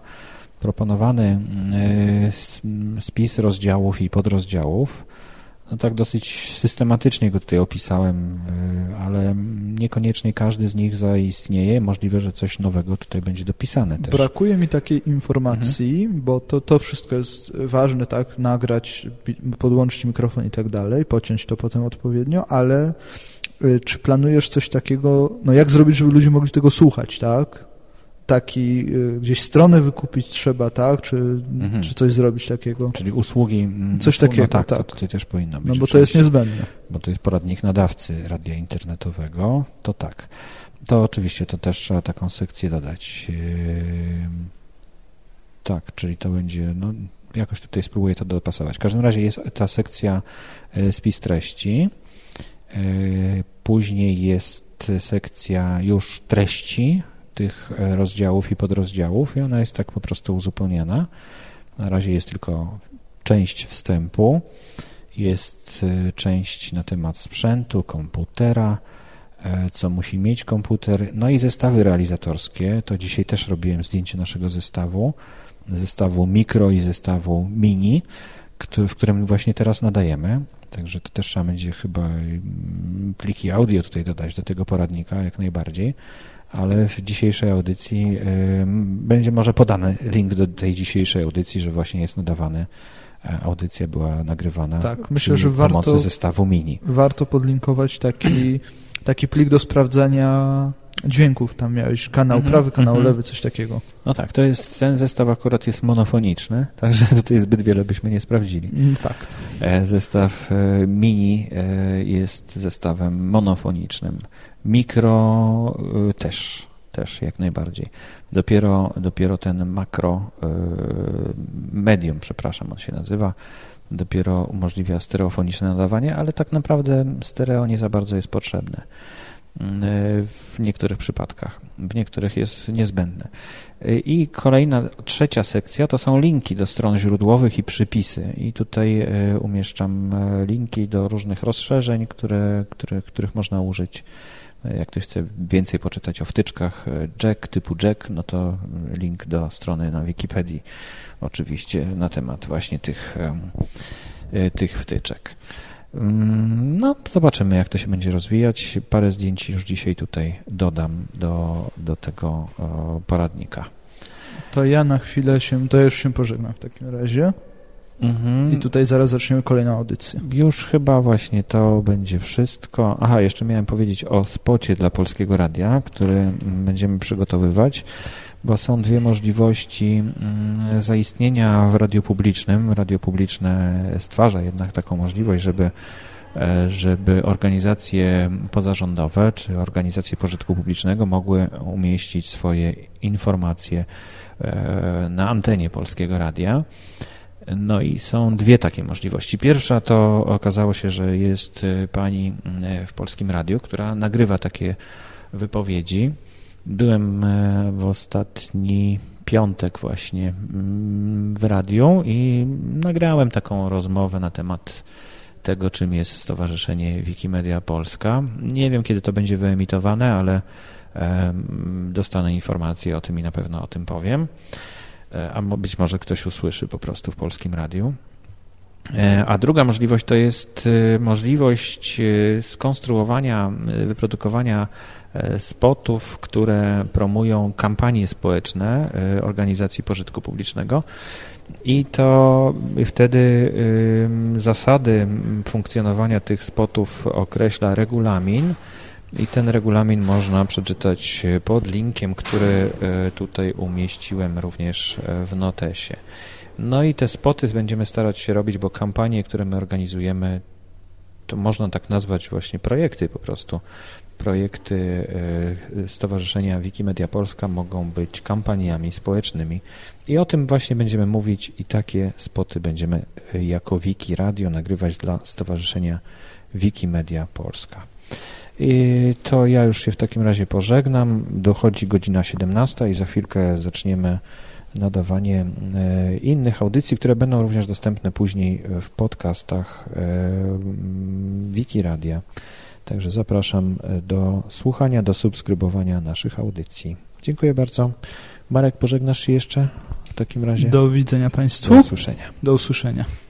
spis rozdziałów i podrozdziałów. No tak dosyć systematycznie go tutaj opisałem, ale niekoniecznie każdy z nich zaistnieje. Możliwe, że coś nowego tutaj będzie dopisane też. Brakuje mi takiej informacji, bo to wszystko jest ważne, tak, nagrać, podłączyć mikrofon i tak dalej, pociąć to potem odpowiednio, ale czy planujesz coś takiego, jak zrobić, żeby ludzie mogli tego słuchać, tak? Taki gdzieś stronę wykupić trzeba, tak? Czy coś zrobić takiego? Czyli usługi. Coś takiego, tak. To tutaj też powinno być. Bo to jest niezbędne. Bo to jest poradnik nadawcy radia internetowego, to tak. To oczywiście to też trzeba taką sekcję dodać. Tak, czyli to będzie, jakoś tutaj spróbuję to dopasować. W każdym razie jest ta sekcja spis treści. Później jest sekcja już treści tych rozdziałów i podrozdziałów i ona jest tak po prostu uzupełniana. Na razie jest tylko część wstępu, jest część na temat sprzętu, komputera, co musi mieć komputer, i zestawy realizatorskie. To dzisiaj też robiłem zdjęcie naszego zestawu mikro i zestawu mini, w którym właśnie teraz nadajemy. Także to też trzeba będzie chyba pliki audio tutaj dodać do tego poradnika, jak najbardziej. Ale w dzisiejszej audycji będzie może podany link do tej dzisiejszej audycji, że właśnie jest nadawany audycja była nagrywana myślę, że pomocy zestawu Mini. Warto podlinkować taki plik do sprawdzania dźwięków. Tam miałeś kanał prawy, kanał lewy, coś takiego. No tak, ten zestaw akurat jest monofoniczny, także tutaj zbyt wiele byśmy nie sprawdzili. Fakt. Zestaw Mini jest zestawem monofonicznym. Mikro też jak najbardziej. Dopiero ten makro, medium, przepraszam, on się nazywa, dopiero umożliwia stereofoniczne nadawanie, ale tak naprawdę stereo nie za bardzo jest potrzebne. W niektórych przypadkach, w niektórych jest niezbędne. I kolejna, trzecia sekcja to są linki do stron źródłowych i przypisy. I tutaj umieszczam linki do różnych rozszerzeń, których można użyć. Jak ktoś chce więcej poczytać o wtyczkach typu jack, no to link do strony na Wikipedii oczywiście na temat właśnie tych wtyczek. No, zobaczymy, jak to się będzie rozwijać. Parę zdjęć już dzisiaj tutaj dodam do tego poradnika. To ja na chwilę to już się pożegnam w takim razie. I tutaj zaraz zaczniemy kolejną audycję. Już chyba właśnie to będzie wszystko. Aha, jeszcze miałem powiedzieć o spocie dla Polskiego Radia, który będziemy przygotowywać, bo są dwie możliwości zaistnienia w radiu publicznym. Radio publiczne stwarza jednak taką możliwość, żeby organizacje pozarządowe czy organizacje pożytku publicznego mogły umieścić swoje informacje na antenie Polskiego Radia. No i są dwie takie możliwości. Pierwsza to okazało się, że jest pani w Polskim Radiu, która nagrywa takie wypowiedzi. Byłem w ostatni piątek właśnie w radiu i nagrałem taką rozmowę na temat tego, czym jest Stowarzyszenie Wikimedia Polska. Nie wiem, kiedy to będzie wyemitowane, ale dostanę informację o tym i na pewno o tym powiem. A być może ktoś usłyszy po prostu w Polskim Radiu. A druga możliwość to jest możliwość skonstruowania, wyprodukowania spotów, które promują kampanie społeczne organizacji pożytku publicznego i to wtedy zasady funkcjonowania tych spotów określa regulamin i ten regulamin można przeczytać pod linkiem, który tutaj umieściłem również w notesie. No i te spoty będziemy starać się robić, bo kampanie, które my organizujemy, to można tak nazwać właśnie projekty po prostu. Projekty Stowarzyszenia Wikimedia Polska mogą być kampaniami społecznymi i o tym właśnie będziemy mówić i takie spoty będziemy jako Wiki Radio nagrywać dla Stowarzyszenia Wikimedia Polska. I to ja już się w takim razie pożegnam. Dochodzi godzina 17 i za chwilkę zaczniemy nadawanie innych audycji, które będą również dostępne później w podcastach Wiki Radia. Także zapraszam do słuchania, do subskrybowania naszych audycji. Dziękuję bardzo. Marek, pożegnasz się jeszcze w takim razie? Do widzenia Państwu. Do usłyszenia. Do usłyszenia.